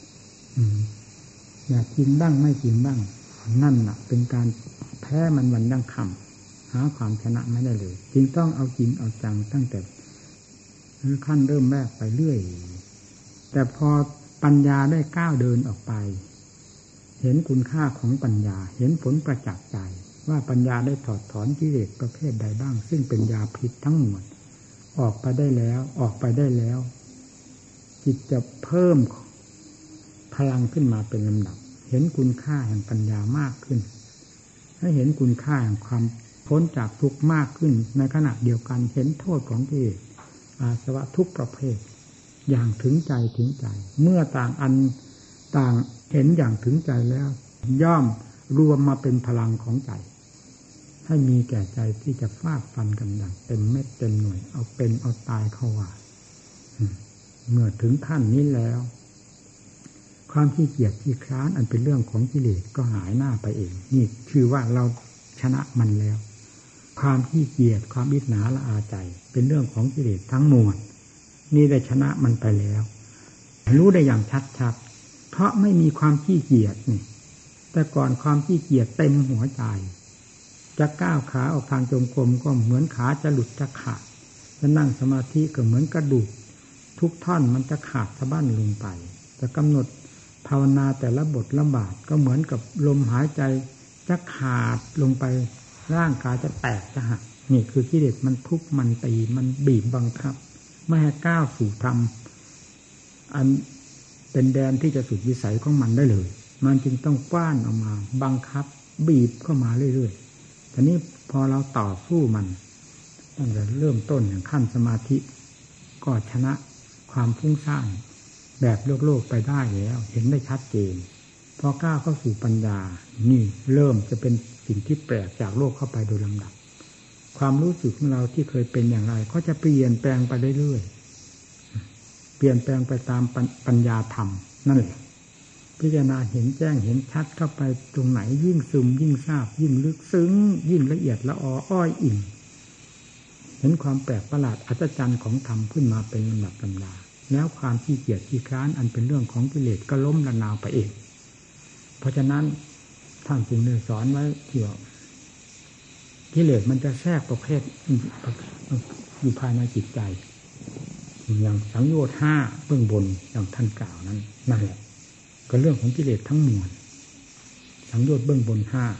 ๆแบบจริงบ้างไม่จริงบ้างนั่นน่ะเป็นการแพ้มันวันดังคำหาความชนะไม่ได้เลยจึงต้องเอาจริงเอาจังตั้งแต่ขั้นเริ่มแรกไปเรื่อยแต่พอปัญญาได้ก้าวเดินออกไปเห็นคุณค่าของปัญญาเห็นผลประจักษ์ใจว่าปัญญาได้ถอดถอนกิเลสประเภทใดบ้างซึ่งเป็นยาพิษทั้งหมดออกไปได้แล้วออกไปได้แล้วจิตจะเพิ่มพลังขึ้นมาเป็นลำดับเห็นคุณค่าแห่งปัญญามากขึ้นให้เห็นคุณค่าแห่งความพ้นจากทุกข์มากขึ้นในขณะเดียวกันเห็นโทษของกิเลสอาสวะทุกประเภทอย่างถึงใจถึงใจเมื่อต่างอันต่างเห็นอย่างถึงใจแล้วย่อมรวมมาเป็นพลังของใจให้มีแก่ใจที่จะฟาดฟันกันอย่างเต็มเม็ดเต็มหน่วยเอาเป็นเอาตายเข้าว่าเมื่อถึงขั้นนี้แล้วความขี้เกียจขี้คร้านอันเป็นเรื่องของกิเลสก็หายหน้าไปเองนี่คือว่าเราชนะมันแล้วความขี้เกียจความอิจฉาละอาใจเป็นเรื่องของกิเลสทั้งมวลนี่ได้ชนะมันไปแล้วรู้ได้อย่างชัดๆเพราะไม่มีความขี้เกียจนี่แต่ก่อนความขี้เกียจเต็มหัวใจจะก้าวขาออกทางจงกรมก็เหมือนขาจะหลุดจะขาดจะนั่งสมาธิก็เหมือนกระดูกทุกท่อนมันจะขาดสะบั้นลงไปจะกำหนดภาวนาแต่ละบทละบาทก็เหมือนกับลมหายใจจะขาดลงไปร่างกายจะแตกจะหักนี่คือกิเลสมันทุบมันตีมันบีบบังคับไม่ให้ก้าวสู่ธรรมอันเป็นแดนที่จะสุดวิสัยของมันได้เลยมันจึงต้องกว้านออกมาบังคับบีบเข้ามาเรื่อยๆทีนี้พอเราต่อสู้มันตั้งแต่เริ่มต้นอย่างขั้นสมาธิก็ชนะความฟุ้งซ่านแบบโลกโลกไปได้แล้วเห็นได้ชัดเจนพอก้าวเข้าสู่ปัญญานี่เริ่มจะเป็นสิ่งที่แปลกจากโลกเข้าไปโดยลำดับความรู้สึกของเราที่เคยเป็นอย่างไรก็จะเปลี่ยนแปลงไปเรื่อยๆเปลี่ยนแปลงไปตามปัญญาธรรมนั่นแหละพิจารณาเห็นแจ้งเห็นชัดเข้าไปตรงไหนยิ่งซึมยิ่งทราบยิ่งลึกซึ้งยิ่งละเอียดละอออ้อยอิ่มเห็นความแปลกประหลาดอัศจรรย์ของธรรมขึ้นมาเป็นลำดับลำดาแล้วความขี้เกียจขี้คร้านอันเป็นเรื่องของกิเลสก็ล้มละนาวไปเองเพราะฉะนั้นท่านจึงได้สอนไว้ที่ว่ากิเลสมันจะแทรกประเภทอยู่ภายในจิตใจอย่างสังโยชน์ห้าเบื้องบนอย่างท่านกล่าวนั้นนั่นแหละก็เรื่องของกิเลสทั้งมวลสังโยชน์เบื้องบนห้า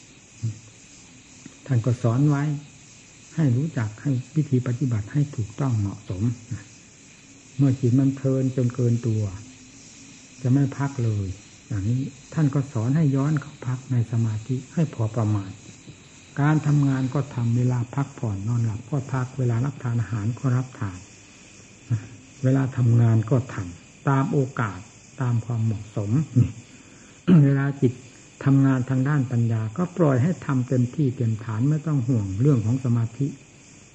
ท่านก็สอนไว้ให้รู้จักให้วิธีปฏิบัติให้ถูกต้องเหมาะสมเมื่อจิตมันเพลินจนเกินตัวจะไม่พักเลยอย่างนี้ท่านก็สอนให้ย้อนเข้าพักในสมาธิให้พอประมาณการทำงานก็ทำเวลาพักผ่อนนอนหลับก็พักเวลารับทานอาหารก็รับทานเวลาทำงานก็ทำตามโอกาสตามความเหมาะสม เวลาจิตทำงานทางด้านปัญญาก็ปล่อยให้ทำเต็มที่เต็มฐานไม่ต้องห่วงเรื่องของสมาธิ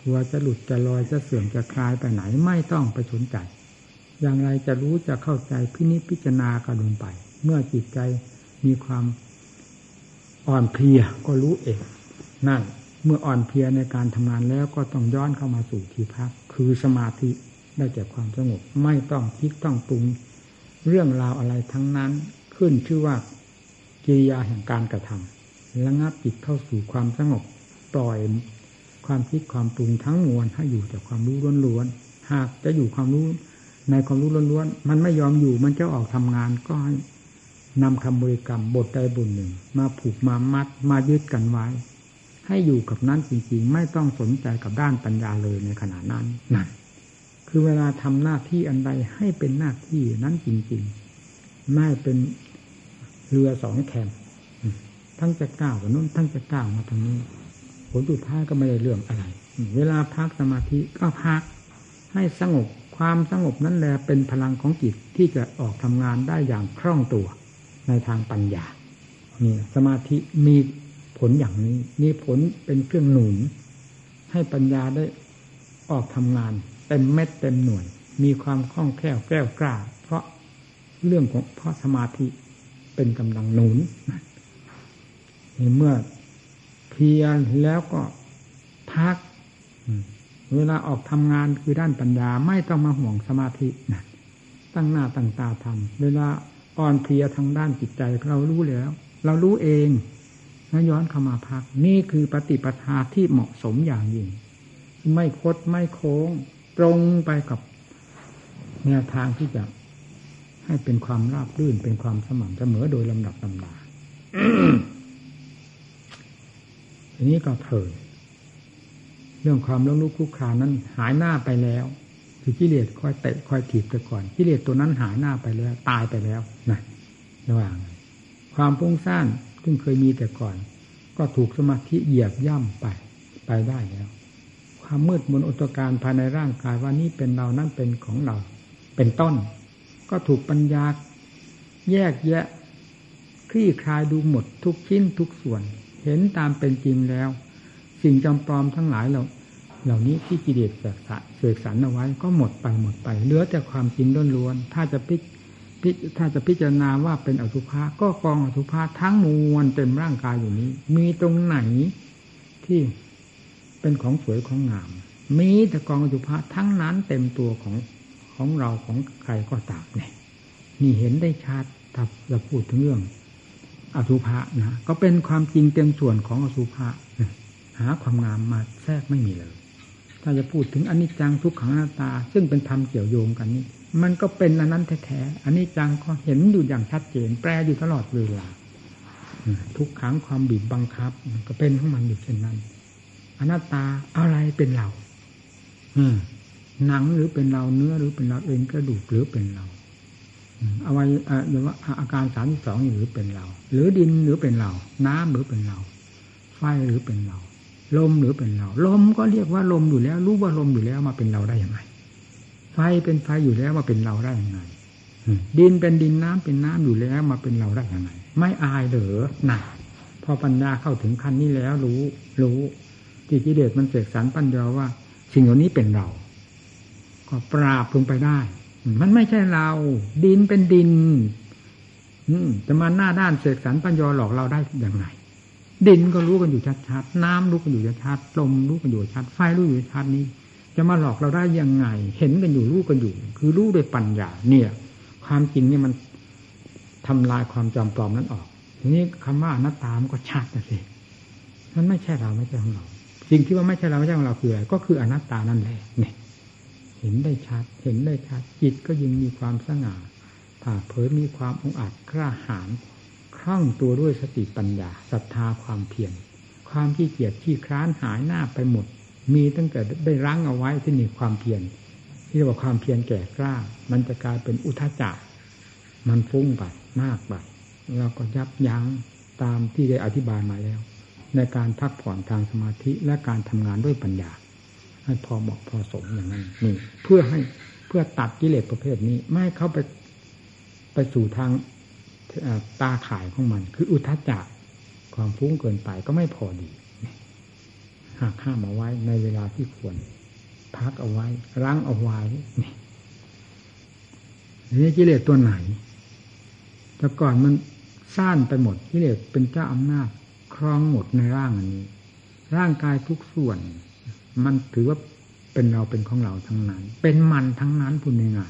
ตัวจะหลุดจะลอยจะเสื่อมจะคลายไปไหนไม่ต้องไปสนใจอย่างไรจะรู้จะเข้าใจพินิจพิจารณากันลงไปเมื่อจิตใจมีความอ่อนเพลียก็รู้เองนั่นเมื่ออ่อนเพลียในการทำงานแล้วก็ต้องย้อนเข้ามาสู่ที่พักคือสมาธิได้แก่ความสงบไม่ต้องคิดต้องปรุงเรื่องราวอะไรทั้งนั้นขึ้นชื่อว่ากิริยาแห่งการกระทำระงับจิตเข้าสู่ความสงบปล่อยความคิดความปรุงทั้งมวลให้อยู่แต่ความรู้ล้วนๆหากจะอยู่ความรู้ในความรู้ล้วนๆมันไม่ยอมอยู่มันจะออกทำงานก็นำคำบริกรรมบทใดบทหนึ่งมาผูกมามัดมายึดกันไว้ให้อยู่กับนั้นจริงๆไม่ต้องสนใจกับด้านปัญญาเลยในขณะนั้นนั่นคือเวลาทำหน้าที่อันใดให้เป็นหน้าที่นั้นจริงๆไม่เป็นเรือสองแคมทั้งจะก้าวกับนู้นทั้งจะก้าวมาทางนี้ผลสุดท้ายก็ไม่ได้เรื่องอะไรเวลาพักสมาธิก็พักให้สงบความสงบนั้นแหละเป็นพลังของจิตที่จะออกทำงานได้อย่างคล่องตัวในทางปัญญานี่สมาธิมีผลอย่างนี้มีผลเป็นเครื่องหนุนให้ปัญญาได้ออกทำงานเต็มเม็ดเต็มหน่วยมีความคล่องแคล่วแกล้วกล้าเพราะเรื่องของเพราะสมาธิเป็นกำลังหนุนเมื่อเพียรแล้วก็พักเวลาออกทำงานคือด้านปัญญาไม่ต้องมาห่วงสมาธินะตั้งหน้าตั้งตาทำเวลาอ่อนเพลียทางด้านจิตใจเรารู้แล้วเรารู้เองแล้วย้อนเข้ามาพักนี่คือปฏิปทาที่เหมาะสมอย่างยิ่งไม่คดไม่โค้งตรงไปกับแนวทางที่จะให้เป็นความราบรื่นเป็นความสม่ำเสมอโดยลำดับลำดา ทีนี้ก็เถิดเรื่องความล้มลุกคลุกคลานนั้นหายหน้าไปแล้วคือกิเลสคอยเตะคอยถีบไปก่อนกิเลสตัวนั้นหายหน้าไปแล้วตายไปแล้วนะระหว่างความฟุ้งซ่านซึ่งเคยมีแต่ก่อนก็ถูกสมาธิเหยียบย่ำไปไปได้แล้วความมืดมนอุตการภายในร่างกายว่านี่เป็นเรานั่นเป็นของเราเป็นต้นก็ถูกปัญญาแยกแยะคลี่คลายดูหมดทุกชิ้นทุกส่วนเห็นตามเป็นจริงแล้วสิ่งจำปลอมทั้งหลายเหล่าเหล่านี้ที่กิเลสเสกสรรเสกสรรเอาไว้ก็หมดไปหมดไปเหลือแต่ความจริงล้วนๆถ้าจะพิพิถ้าจะพิจารณาว่าเป็นอสุภะก็กองอสุภะทั้งมวลเต็มร่างกายอยู่นี้มีตรงไหนที่เป็นของสวยของงามมีแต่กองอสุภะทั้งนั้นเต็มตัวของของเราของใครก็ตามเนี่ยนี่เห็นได้ชัดถ้าเราพูดถึงเรื่องอสุภะนะก็เป็นความจริงเต็มส่วนของอสุภะหาความงามมาแทรกไม่มีเลยถ้าจะพูดถึงอนิจจังทุกขังอนัตตาซึ่งเป็นธรรมเกี่ยวโยงกันนี่มันก็เป็นอันนั้นแท้ๆอนิจจังก็เห็นอยู่อย่างชัดเจนแปรอยู่ตลอดเวลาทุกขังความบีบบังคับมันก็เป็นของมันอยู่เช่นนั้นอนัตตาอะไรเป็นเราหนังหรือเป็นเราเนื้อหรือเป็นเราเอ็นกระดูกหรือเป็นเราเอาไว้หรือว่าอาการสามสิบสองหรือเป็นเราหรือดินหรือเป็นเราน้ำหรือเป็นเราไฟหรือเป็นเราลมหรือเป็นเราลมก็เรียกว่าลมอยู่แล้วรู้ว่าลมอยู่แล้วมาเป็นเราได้ยังไงไฟเป็นไฟอยู่แล้วมาเป็นเราได้ยังไงดินเป็นดินน้ำเป็นน้ำอยู่แล้วมาเป็นเราได้ยังไงไม่อายเหรอหนักพอปัญญาเข้าถึงขั้นนี้แล้วรู้รู้ที่กิเลสมันเสกสรรปัญญาว่าสิ่งเหล่านี้เป็นเราก็ปราบลงไปได้มันไม่ใช่เราดินเป็นดินจะมาหน้าด้านเสกสรรปัญญาหลอกเราได้อย่างไรดินก็รู้กันอยู่ชัดๆน้ำรู้กันอยู่ชัดๆลมรู้กันอยู่ชัดไฟรู้อยู่ชัดนี้จะมาหลอกเราได้ยังไงเห็นกันอยู่รู้กันอยู่คือรู้ด้วยปัญญาเนี่ยความจริงนี่มันทำลายความจำปลอมนั้นออกทีนี้คำว่าอนัตตามันก็ชัดนะสิมันไม่ใช่เราไม่ใช่ของเราสิ่งที่ว่าไม่ใช่เราไม่ใช่ของเราคืออะไรก็คืออนัตตานั่นแหละเนี่ยเห็นได้ชัดเห็นได้ชัดจิตก็ยิ่งมีความสง่าผ่าเผยมีความองอาจกล้าหาญคล่องตัวด้วยสติปัญญาศรัทธาความเพียรความขี้เกียจขี้คร้านหายหน้าไปหมดมีตั้งแต่ได้รั้งเอาไว้ที่นี่ความเพียรที่เรียกว่าความเพียรแก่กล้ามันจะกลายเป็นอุทธัจจะมันฟุ้งไปมากไปเราก็ยับยั้งตามที่ได้อธิบายมาแล้วในการพักผ่อนทางสมาธิและการทำงานด้วยปัญญาให้พอเหมาะพอสมอย่างนั้นนี่เพื่อให้เพื่อตัดกิเลสประเภทนี้ไม่ให้เข้าไปไปสู่ทางตาข่ายของมันคืออุทธัจจะความฟุ้งเกินไปก็ไม่พอดีหากห้ามเอาไว้ในเวลาที่ควรพักเอาไว้รั้งเอาไว้นี่นี่กิเลสตัวไหนแต่ก่อนมันซ่านไปหมดกิเลสเป็นเจ้าอำนาจครองหมดในร่างอันนี้ร่างกายทุกส่วนมันถือว่าเป็นเราเป็นของเราทั้งนั้นเป็นมันทั้งนั้นพูดง่าย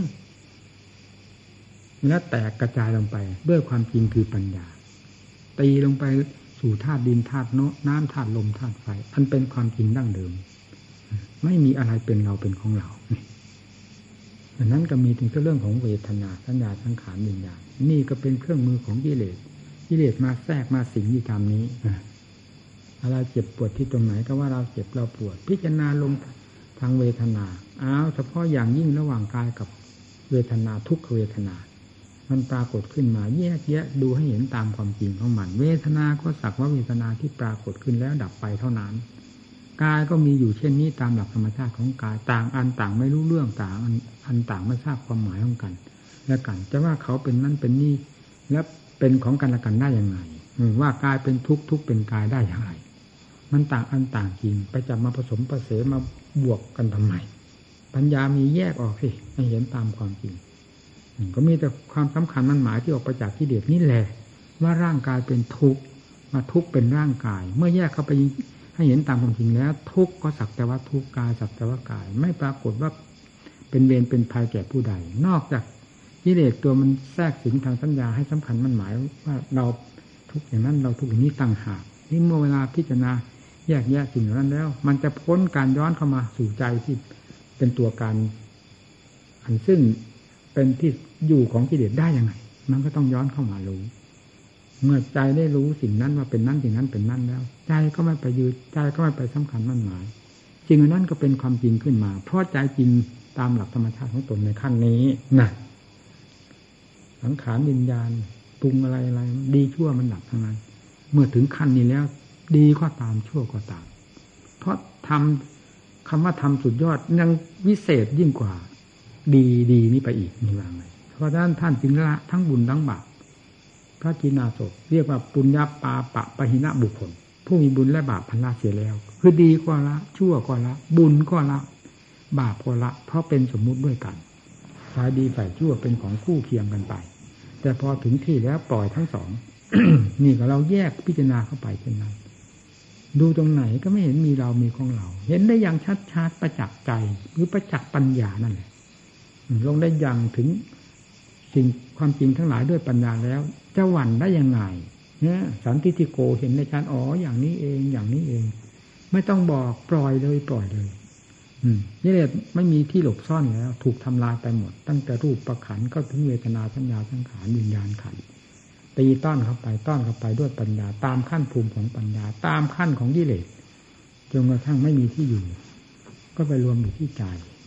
ๆแล้วแตกกระจายลงไปด้วยความจริงคือปัญญาตีลงไปสู่ธาตุดินธาตุน้ำธาตุลมธาตุไฟอันเป็นความจริงดั้งเดิมไม่มีอะไรเป็นเราเป็นของเราดังนั้นก็มีถึงเรื่องของเวทนาสัญญาสังขารวิญญาณนี่ก็เป็นเครื่องมือของกิเลสกิเลสมาแทรกมาสิงอยู่ตามนี้อะไรเจ็บปวดที่ตรงไหนก็ว่าเราเจ็บเราปวดพิจารณาลงทางเวทนาอ้าวเฉพาะอย่างยิ่งระหว่างกายกับเวทนาทุกขเวทนามันปรากฏขึ้นมาแยกแยะดูให้เห็นตามความจริงของมันเวทนาก็สักว่าเวทนาที่ปรากฏขึ้นแล้วดับไปเท่านั้นกายก็มีอยู่เช่นนี้ตามหลักธรรมชาติของกายต่างอันต่างไม่รู้เรื่องต่างอันต่างไม่ทราบความหมายของกันและกันจะว่าเขาเป็นนั่นเป็นนี่แล้วเป็นของกันและกันได้ยังไงว่ากายเป็นทุกข์ทุกข์เป็นกายได้อย่างไรมันต่างอันต่างจริงไปจับมาผสมผสมมาบวกกันทำไมปัญญามีแยกออกสิให้เห็นตามความจริงก็มีแต่ความสำคัญมันหมายที่ออกไปจากกิเลสนี่แหละว่าร่างกายเป็นทุกข์มาทุกข์เป็นร่างกายเมื่อแยกเข้าไปให้เห็นตามความจริงแล้วทุกข์ก็สักแต่ว่าทุกข์กายสักแต่ว่ากายไม่ปรากฏว่าเป็นเวรเป็นภัยแก่ผู้ใดนอกจากกิเลสตัวมันแทรกสิงทางสัญญาให้สำคัญมันหมายว่าเราทุกข์อย่างนั้นเราทุกข์อย่างนี้ต่างหากนี่เมื่อเวลาพิจารณาแยกแยะสิ่งเหล่านั้นแล้วมันจะพ้นการย้อนเข้ามาสู่ใจที่เป็นตัวการอันซึ่งเป็นที่อยู่ของกิเลสได้ยังไงมันก็ต้องย้อนเข้ามารู้เมื่อใจได้รู้สิ่งนั้นว่าเป็นนั้นสิ่งนั้นเป็นนั้นแล้วใจก็ไม่ไปยึดใจก็ไม่ไปสำคัญมั่นหมายสิ่งนั้นก็เป็นความจริงขึ้นมาเพราะใจจริงตามหลักธรรมชาติของตนในขั้นนี้นะสังขารวิญญาณปรุงอะไรอะไรดีชั่วมันดับทั้งนั้นเมื่อถึงขั้นนี้แล้วดีก็ตามชั่วก็ตามเพราะทำคำว่าทำสุดยอดยังวิเศษยิ่งกว่าดีดีนี่ไปอีกนี่ว่าไงเพราะฉะนั้นท่านจึงละทั้งบุญทั้งบาปพระกินาศพเรียกว่าปุญญาปาปะปะหินะบุคคลผู้มีบุญและบาปพันละเสียแล้วคือดีก็ละชั่วก็ละบุญก็ละบาปก็ละเพราะเป็นสมมุติด้วยกันฝ่ายดีฝ่ายชั่วเป็นของคู่เคียงกันไปแต่พอถึงที่แล้วปล่อยทั้งสอง นี่ก็เราแยกพิจารณาเข้าไปเช่นนั้นดูตรงไหนก็ไม่เห็นมีเรามีของเราเห็นได้อย่างชัดๆประจักษ์ใจหรือประจักษ์ปัญญานั่นแหละลงได้อย่างถึงสิ่งความจริงทั้งหลายด้วยปัญญาแล้วจะหวั่นได้ยังไงเนี่ยสันติติโกเห็นในชั้นอ๋ออย่างนี้เองอย่างนี้เองไม่ต้องบอกปล่อยเลยปล่อยเลยอืมนี่แหละไม่มีที่หลบซ่อนแล้วถูกทำลายไปหมดตั้งแต่รูปประขันก็ถึงเวทนาสัญญาสังขารวิญญาณขันธ์ตีต้อนเข้าไปต้อนเข้าไปด้วยปัญญาตามขั้นภูมิของปัญญาตามขั้นของกิเลสจนกระทั่งไม่มีที่อยู่ก็ไปรวมอยู่ที่ใจ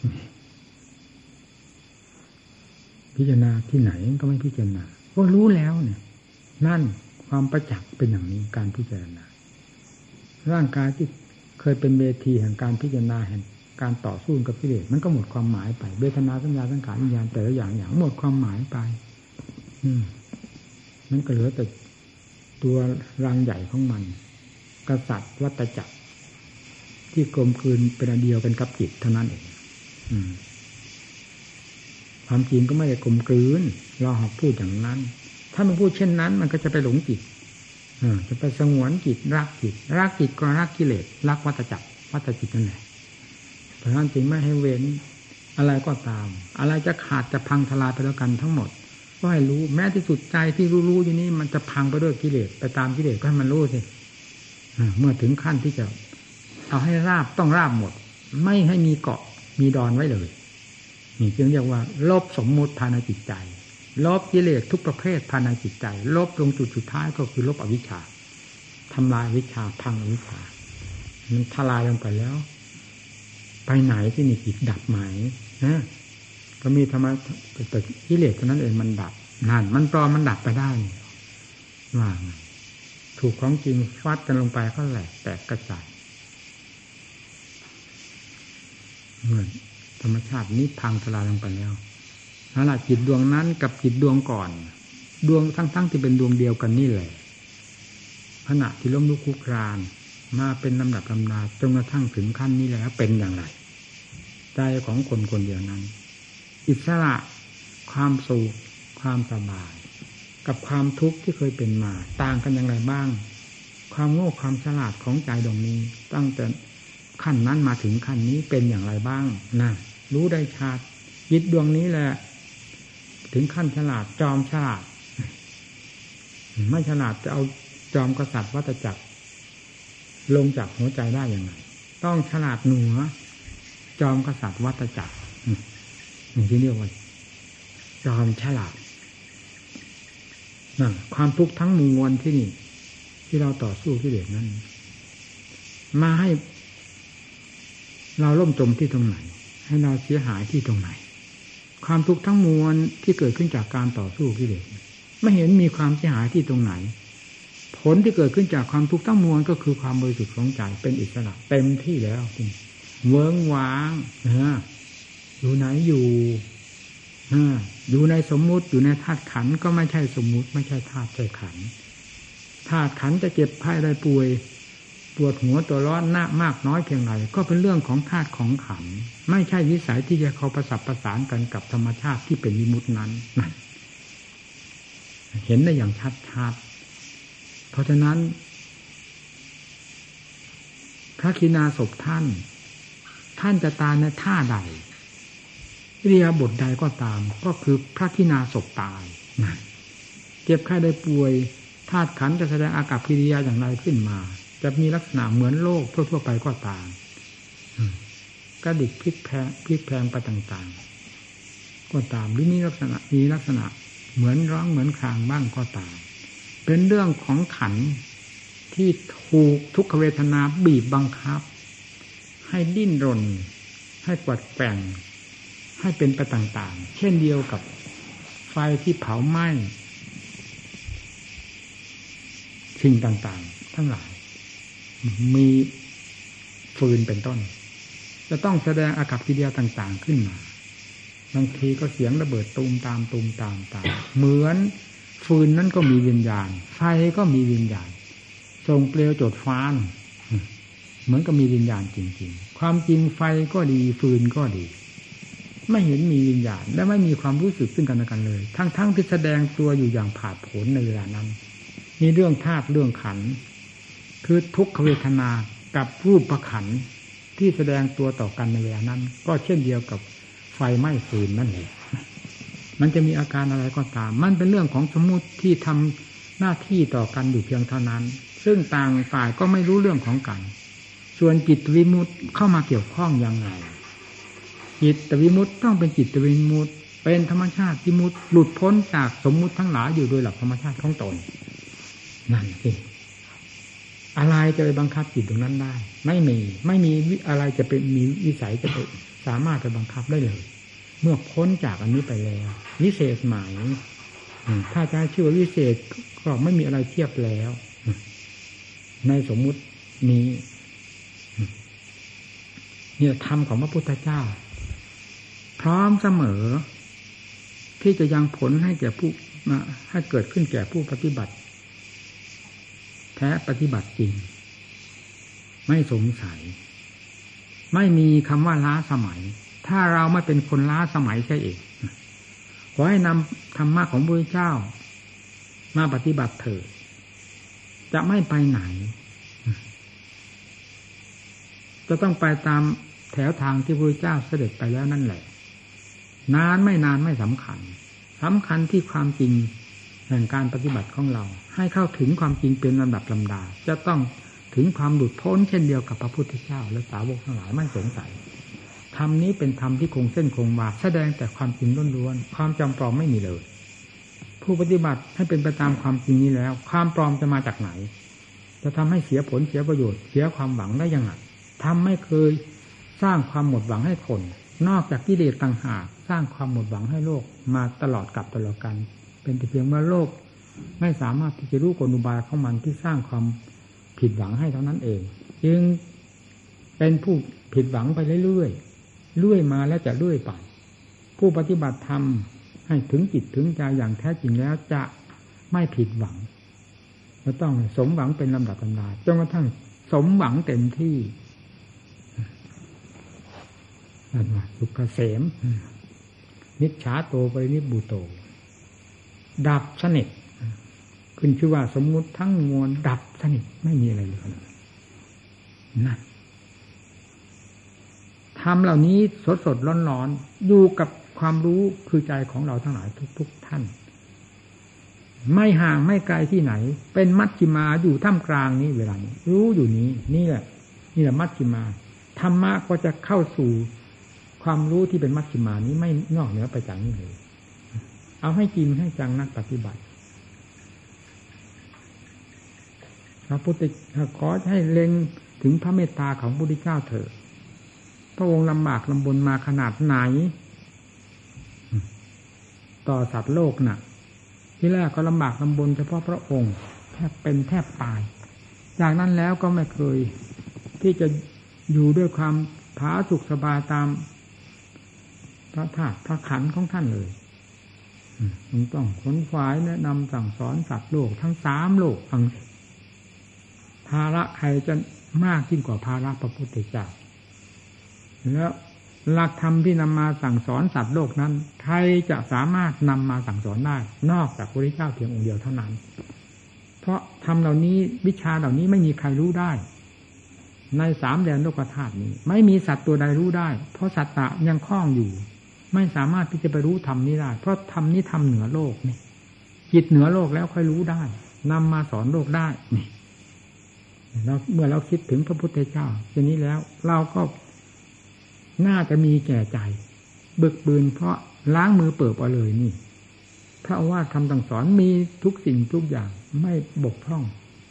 พิจารณาที่ไหนก็ไม่พิจารณาก็รู้แล้วเนี่ยนั่นความประจักษ์เป็นอย่างนี้การพิจารณาร่างกายที่เคยเป็นเวทีแห่งการพิจารณาแห่งการต่อสู้กับกิเลสมันก็หมดความหมายไปเวทนาสัญญาสังขารวิญญาณแต่ละอย่างอย่างหมดความหมายไปอืมมันก็เหลือแต่ตัวรังใหญ่ของมันกษัตริย์วัฏจักรที่กลมกลืนเป็นอันเดียวกันกับจิตเท่านั้นเองอืมความจริงก็ไม่ได้กลมกลืนเราหากพูดอย่างนั้นถ้ามันพูดเช่นนั้นมันก็จะไปหลงจิตจะไปสงวนจิตรักจิตรักจิตก็รักกิเลสรักวัฏจักรวัฏจิตนั่นแหละเพราะฉะนั้นจึงไม่ให้เว้นอะไรก็ตามอะไรจะขาดจะพังทลายไปแล้วกันทั้งหมดก็ให้รู้แม้ที่สุดใจที่รู้ๆอยู่นี้มันจะพังไปด้วยกิเลสไปตามกิเลสก็ให้มันรู้สิเมื่อถึงขั้นที่จะเอาให้ราบต้องราบหมดไม่ให้มีเกาะมีดอนไว้เลยนี่จึงเรียกว่าลบสมมุติภายในจิตใจลบกิเลสทุกประเภทภายในจิตใจลบลงจุดสุดท้ายก็คือลบอวิชชาทำลายวิชาพังอวิชชามันทลายลงไปแล้วไปไหนที่นี่จิตดับไหมนะก็มีธรรมะแต่กิเลสเท่านั้นเองมันดับนั่นมันปลอมมันดับไปได้ว่าไงถูกของจริงฟาดกันลงไปก็แหลกแตกกระจายเหมือนธรรมชาตินี้พังทลายลงไปแล้วนั่นแหละจิตดวงนั้นกับจิตดวงก่อนดวงทั้งๆที่เป็นดวงเดียวกันนี่แหละขณะที่ล้มลุกคลุกคลานมาเป็นลำดับลำดาจนกระทั่งถึงขั้นนี้แล้วเป็นอย่างไรใจของคนคนเดียวนั้นอิสระความสุขความสบายกับความทุกข์ที่เคยเป็นมาต่างกันอย่างไรบ้างความโง่ความฉลาดของใจดวงนี้ตั้งแต่ขั้นนั้นมาถึงขั้นนี้เป็นอย่างไรบ้างนะรู้ได้ชัดจิตดวงนี้แหละถึงขั้นฉลาดจอมฉลาดไม่ฉลาดจะเอาจอมกษัตริย์วัฏจักรลงจากหัวใจได้ยังไงต้องฉลาดเหนือจอมกษัตริย์วัฏจักรอย่างที่เรียกว่าจอมฉลาดนั่นความทุกข์ทั้งมวลที่นี่ที่เราต่อสู้กิเลสนั้นมาให้เราล่มจมที่ตรงไหนให้เราเสียหายที่ตรงไหนความทุกข์ทั้งมวลที่เกิดขึ้นจากการต่อสู้กิเลสไม่เห็นมีความเสียหายที่ตรงไหนผลที่เกิดขึ้นจากความทุกข์ทั้งมวลก็คือความบริสุทธิ์ของใจเป็นอิสระเต็มที่แล้วเวิ้งว้างนะอยู่ไหนอยู่อยู่ในสมมุติอยู่ในธาตุขันธ์ก็ไม่ใช่สมมุติไม่ใช่ธาตุใช่ขันธ์ธาตุขันธ์จะเจ็บไข้ได้ป่วยปวดหัวตัวร้อนหน้ามากน้อยเพียงไรก็เป็นเรื่องของธาตุของขันธ์ไม่ใช่วิสัยที่จะเขาประสับประสานกันกับธรรมชาติที่เป็นวิมุตตินั้นนั่นเห็นได้อย่างชัดๆเพราะฉะนั้นพระคินาศพท่านท่านจะตายในท่าใดอิริยาบถใดก็ตามก็คือพระคินาศพตายนั่นเจ็บไข้ได้ป่วยธาตุขันธ์จะแสดงอากัปกิริยาอย่างไรขึ้นมาจะมีลักษณะเหมือนโลกทั่วๆไปก็ตามกระดิกพลิกแพลงพลิกแพลงไปต่างๆก็ตามหรือมีลักษณะมีลักษณะเหมือนร้องเหมือนครางบ้างก็ตามเป็นเรื่องของขันธ์ที่ถูกทุกขเวทนาบีบบังคับให้ดิ้นรนให้กวัดแกว่งให้เป็นไปต่างๆเช่นเดียวกับไฟที่เผาไหม้สิ่งต่างๆทั้งหลายมีฟืนเป็นต้นจะต้องแสดงอากัปกิริยาต่างๆขึ้นมาบางทีก็เสียงระเบิดตูมตามตูมตามตามเหมือนฟืนนั้นก็มีวิญญาณไฟก็มีวิญญาณส่งเปลวโจดฟ้านเหมือนกับมีวิญญาณจริงๆความจริงไฟก็ดีฟืนก็ดีไม่เห็นมีวิญญาณและไม่มีความรู้สึกซึ่งกันและกันเลยทั้งๆที่แสดงตัวอยู่อย่างผาดโผนในเวลานั้นมีเรื่องธาตุเรื่องขันธ์คือทุกขเวทนากับรูปขันธ์ที่แสดงตัวต่อกันในเวลานั้นก็เช่นเดียวกับไฟไหม้ฟืนนั่นเองมันจะมีอาการอะไรก็ตามมันเป็นเรื่องของสมมุติที่ทำหน้าที่ต่อกันอยู่เพียงเท่านั้นซึ่งต่างฝ่ายก็ไม่รู้เรื่องของกันส่วนจิตวิมุตติเข้ามาเกี่ยวข้องอย่างไรจิตวิมุตติต้องเป็นจิตวิมุตติเป็นธรรมชาติวิมุตติหลุดพ้นจากสมมุติทั้งหลายอยู่โดยหลักธรรมชาติของตนนั่นสิอะไรจะไปบังคับจิตตรงนั้นได้ไม่มีไม่มีอะไรจะเป็นมีวิสัยจะไปสามารถไปบังคับได้เลยเมื่อพ้นจากอันนี้ไปแล้ววิเศษหมายถ้าจะชื่อว่าวิเศษก็ไม่มีอะไรเทียบแล้วในสมมุตินี้เนี่ยธรรมของพระพุทธเจ้าพร้อมเสมอที่จะยังผลให้แก่ผู้มาให้เกิดขึ้นแก่ผู้ปฏิบัติแท้ปฏิบัติจริงไม่สงสัยไม่มีคำว่าล้าสมัยถ้าเราไม่เป็นคนล้าสมัยใช่เองขอให้นำธรรมะของพระพุทธเจ้ามาปฏิบัติเถิดจะไม่ไปไหนจะต้องไปตามแถวทางที่พระพุทธเจ้าเสด็จไปแล้วนั่นแหละนานไม่นานไม่สำคัญสำคัญที่ความจริงแห่งการปฏิบัติของเราให้เข้าถึงความจริงเป็นลำดับลำดาจะต้องถึงความหลุดพ้นเช่นเดียวกับพระพุทธเจ้าและสาวกทั้งหลายไม่สงสัยธรรมนี้เป็นธรรมที่คงเส้นคงวาแสดงแต่ความจริงล้วนๆความจำปลอมไม่มีเลยผู้ปฏิบัติให้เป็นไปตามความจริงนี้แล้วความปลอมจะมาจากไหนจะทำให้เสียผลเสียประโยชน์เสียความหวังได้ยังไงทำไม่เคยสร้างความหมดหวังให้คนนอกจากกิเลสต่างหากสร้างความหมดหวังให้โลกมาตลอดกับตลอดกันเป็นแต่เพียงเมื่อโลกไม่สามารถที่จะรู้กลอุบายของมันที่สร้างความผิดหวังให้เท่านั้นเองจึงเป็นผู้ผิดหวังไปเรื่อยๆเรื่อยมาแล้วจะเรื่อยไปผู้ปฏิบัติธรรมให้ถึงจิตถึงใจอย่างแท้จริงแล้วจะไม่ผิดหวังจะต้องสมหวังเป็นลำดับลำดาจนกระทั่งสสมหวังเต็มที่นั่นว่าสุขเกษมนิจฉาโตปรินิพบุโตดับสนิทขึ้นชื่อว่าสมมุติทั้งมวลดับสนิทไม่มีอะไรเลยนั่นธรรมเหล่านี้สดสดร้อนร้อนอยู่กับความรู้คือใจของเราทั้งหลายทุกๆท่านไม่ห่างไม่ไกลที่ไหนเป็นมัชฌิมาอยู่ท่ามกลางนี้เวลานี้รู้อยู่นี้นี่แหละนี่แหละมัชฌิมาธรรมะก็จะเข้าสู่ความรู้ที่เป็นมัชฌิมานี้ไม่นอกเหนือไปจากนี้เลยเอาให้จริงให้จังนักปฏิบัติพระพุทธขอให้เล็งถึงพระเมตตาของพระพุทธเจ้าเถิดพระองค์ลำบากลำบนมาขนาดไหนต่อสัตว์โลกน่ะที่แรกก็ลำบากลำบนเฉพาะพระองค์แทบเป็นแทบตายจากนั้นแล้วก็ไม่เคยที่จะอยู่ด้วยความผาสุกสบายตามพระธาตุพระขันธ์ของท่านเลยมันต้องขนขวายแนะนำสั่งสอนสัตว์โลกทั้งสามโลกทั้งภาระใครจะมากยิ่งกว่าภาระพระพุทธเจ้าแล้วหลักธรรมที่นำมาสั่งสอนสัตว์โลกนั้นใครจะสามารถนำมาสั่งสอนได้นอกจากพระพุทธเจ้าเพียงองค์เดียวเท่านั้นเพราะธรรมเหล่านี้วิชาเหล่านี้ไม่มีใครรู้ได้ในสามแดนโลกธาตุนี้ไม่มีสัตว์ตัวใดรู้ได้เพราะสัตตะยังคล้องอยู่ไม่สามารถที่จะไปรู้ธรรมนี้ได้เพราะธรรมนี้ธรรมเหนือโลกนี่จิตเหนือโลกแล้วค่อยรู้ได้นำมาสอนโลกได้นี่แล้วเมื่อเราคิดถึงพระพุทธเจ้าทีนี้แล้วเราก็น่าจะมีแก่ใจบึกบืนเพราะล้างมือเปิบเอาเลยนี่พระว่าคำสั่งสอนมีทุกสิ่งทุกอย่างไม่บกพร่อง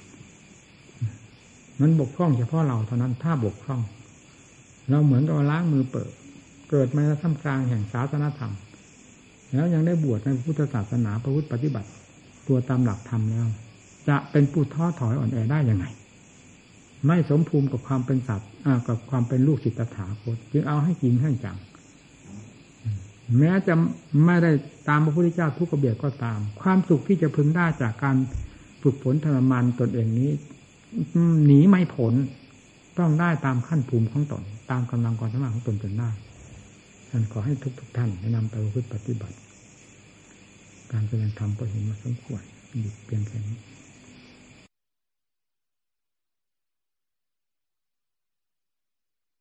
มันบกพร่องเฉพาะเราเท่านั้นถ้าบกพร่องเราเหมือนกับล้างมือเปิบเกิดมาในท่ามกลางแห่งศาสนธรรมแล้วยังได้บวชในพุทธศาสนาประพฤติปฏิบัติตัวตามหลักธรรมแล้วจะเป็นผู้ท้อถอยอ่อนแอได้ยังไงไม่สมภูมิกับความเป็นสัตว์กับความเป็นลูกศิษย์ตถาคตจึงเอาให้จริงให้จังแม้จะไม่ได้ตามพระพุทธเจ้าทุกกระเบียดก็ตามความสุขที่จะพึงได้จากการฝึกฝนทรมานตนเองนี้หนีไม่พ้นต้องได้ตามขั้นภูมิของตนตามกำลังความสามารถของตนจนได้ท่านขอให้ทุกๆท่านแนะนำไปประพฤติปฏิบัติการแสดงธรรมก็เห็นมาสมควรหยุดเพียงแค่นี้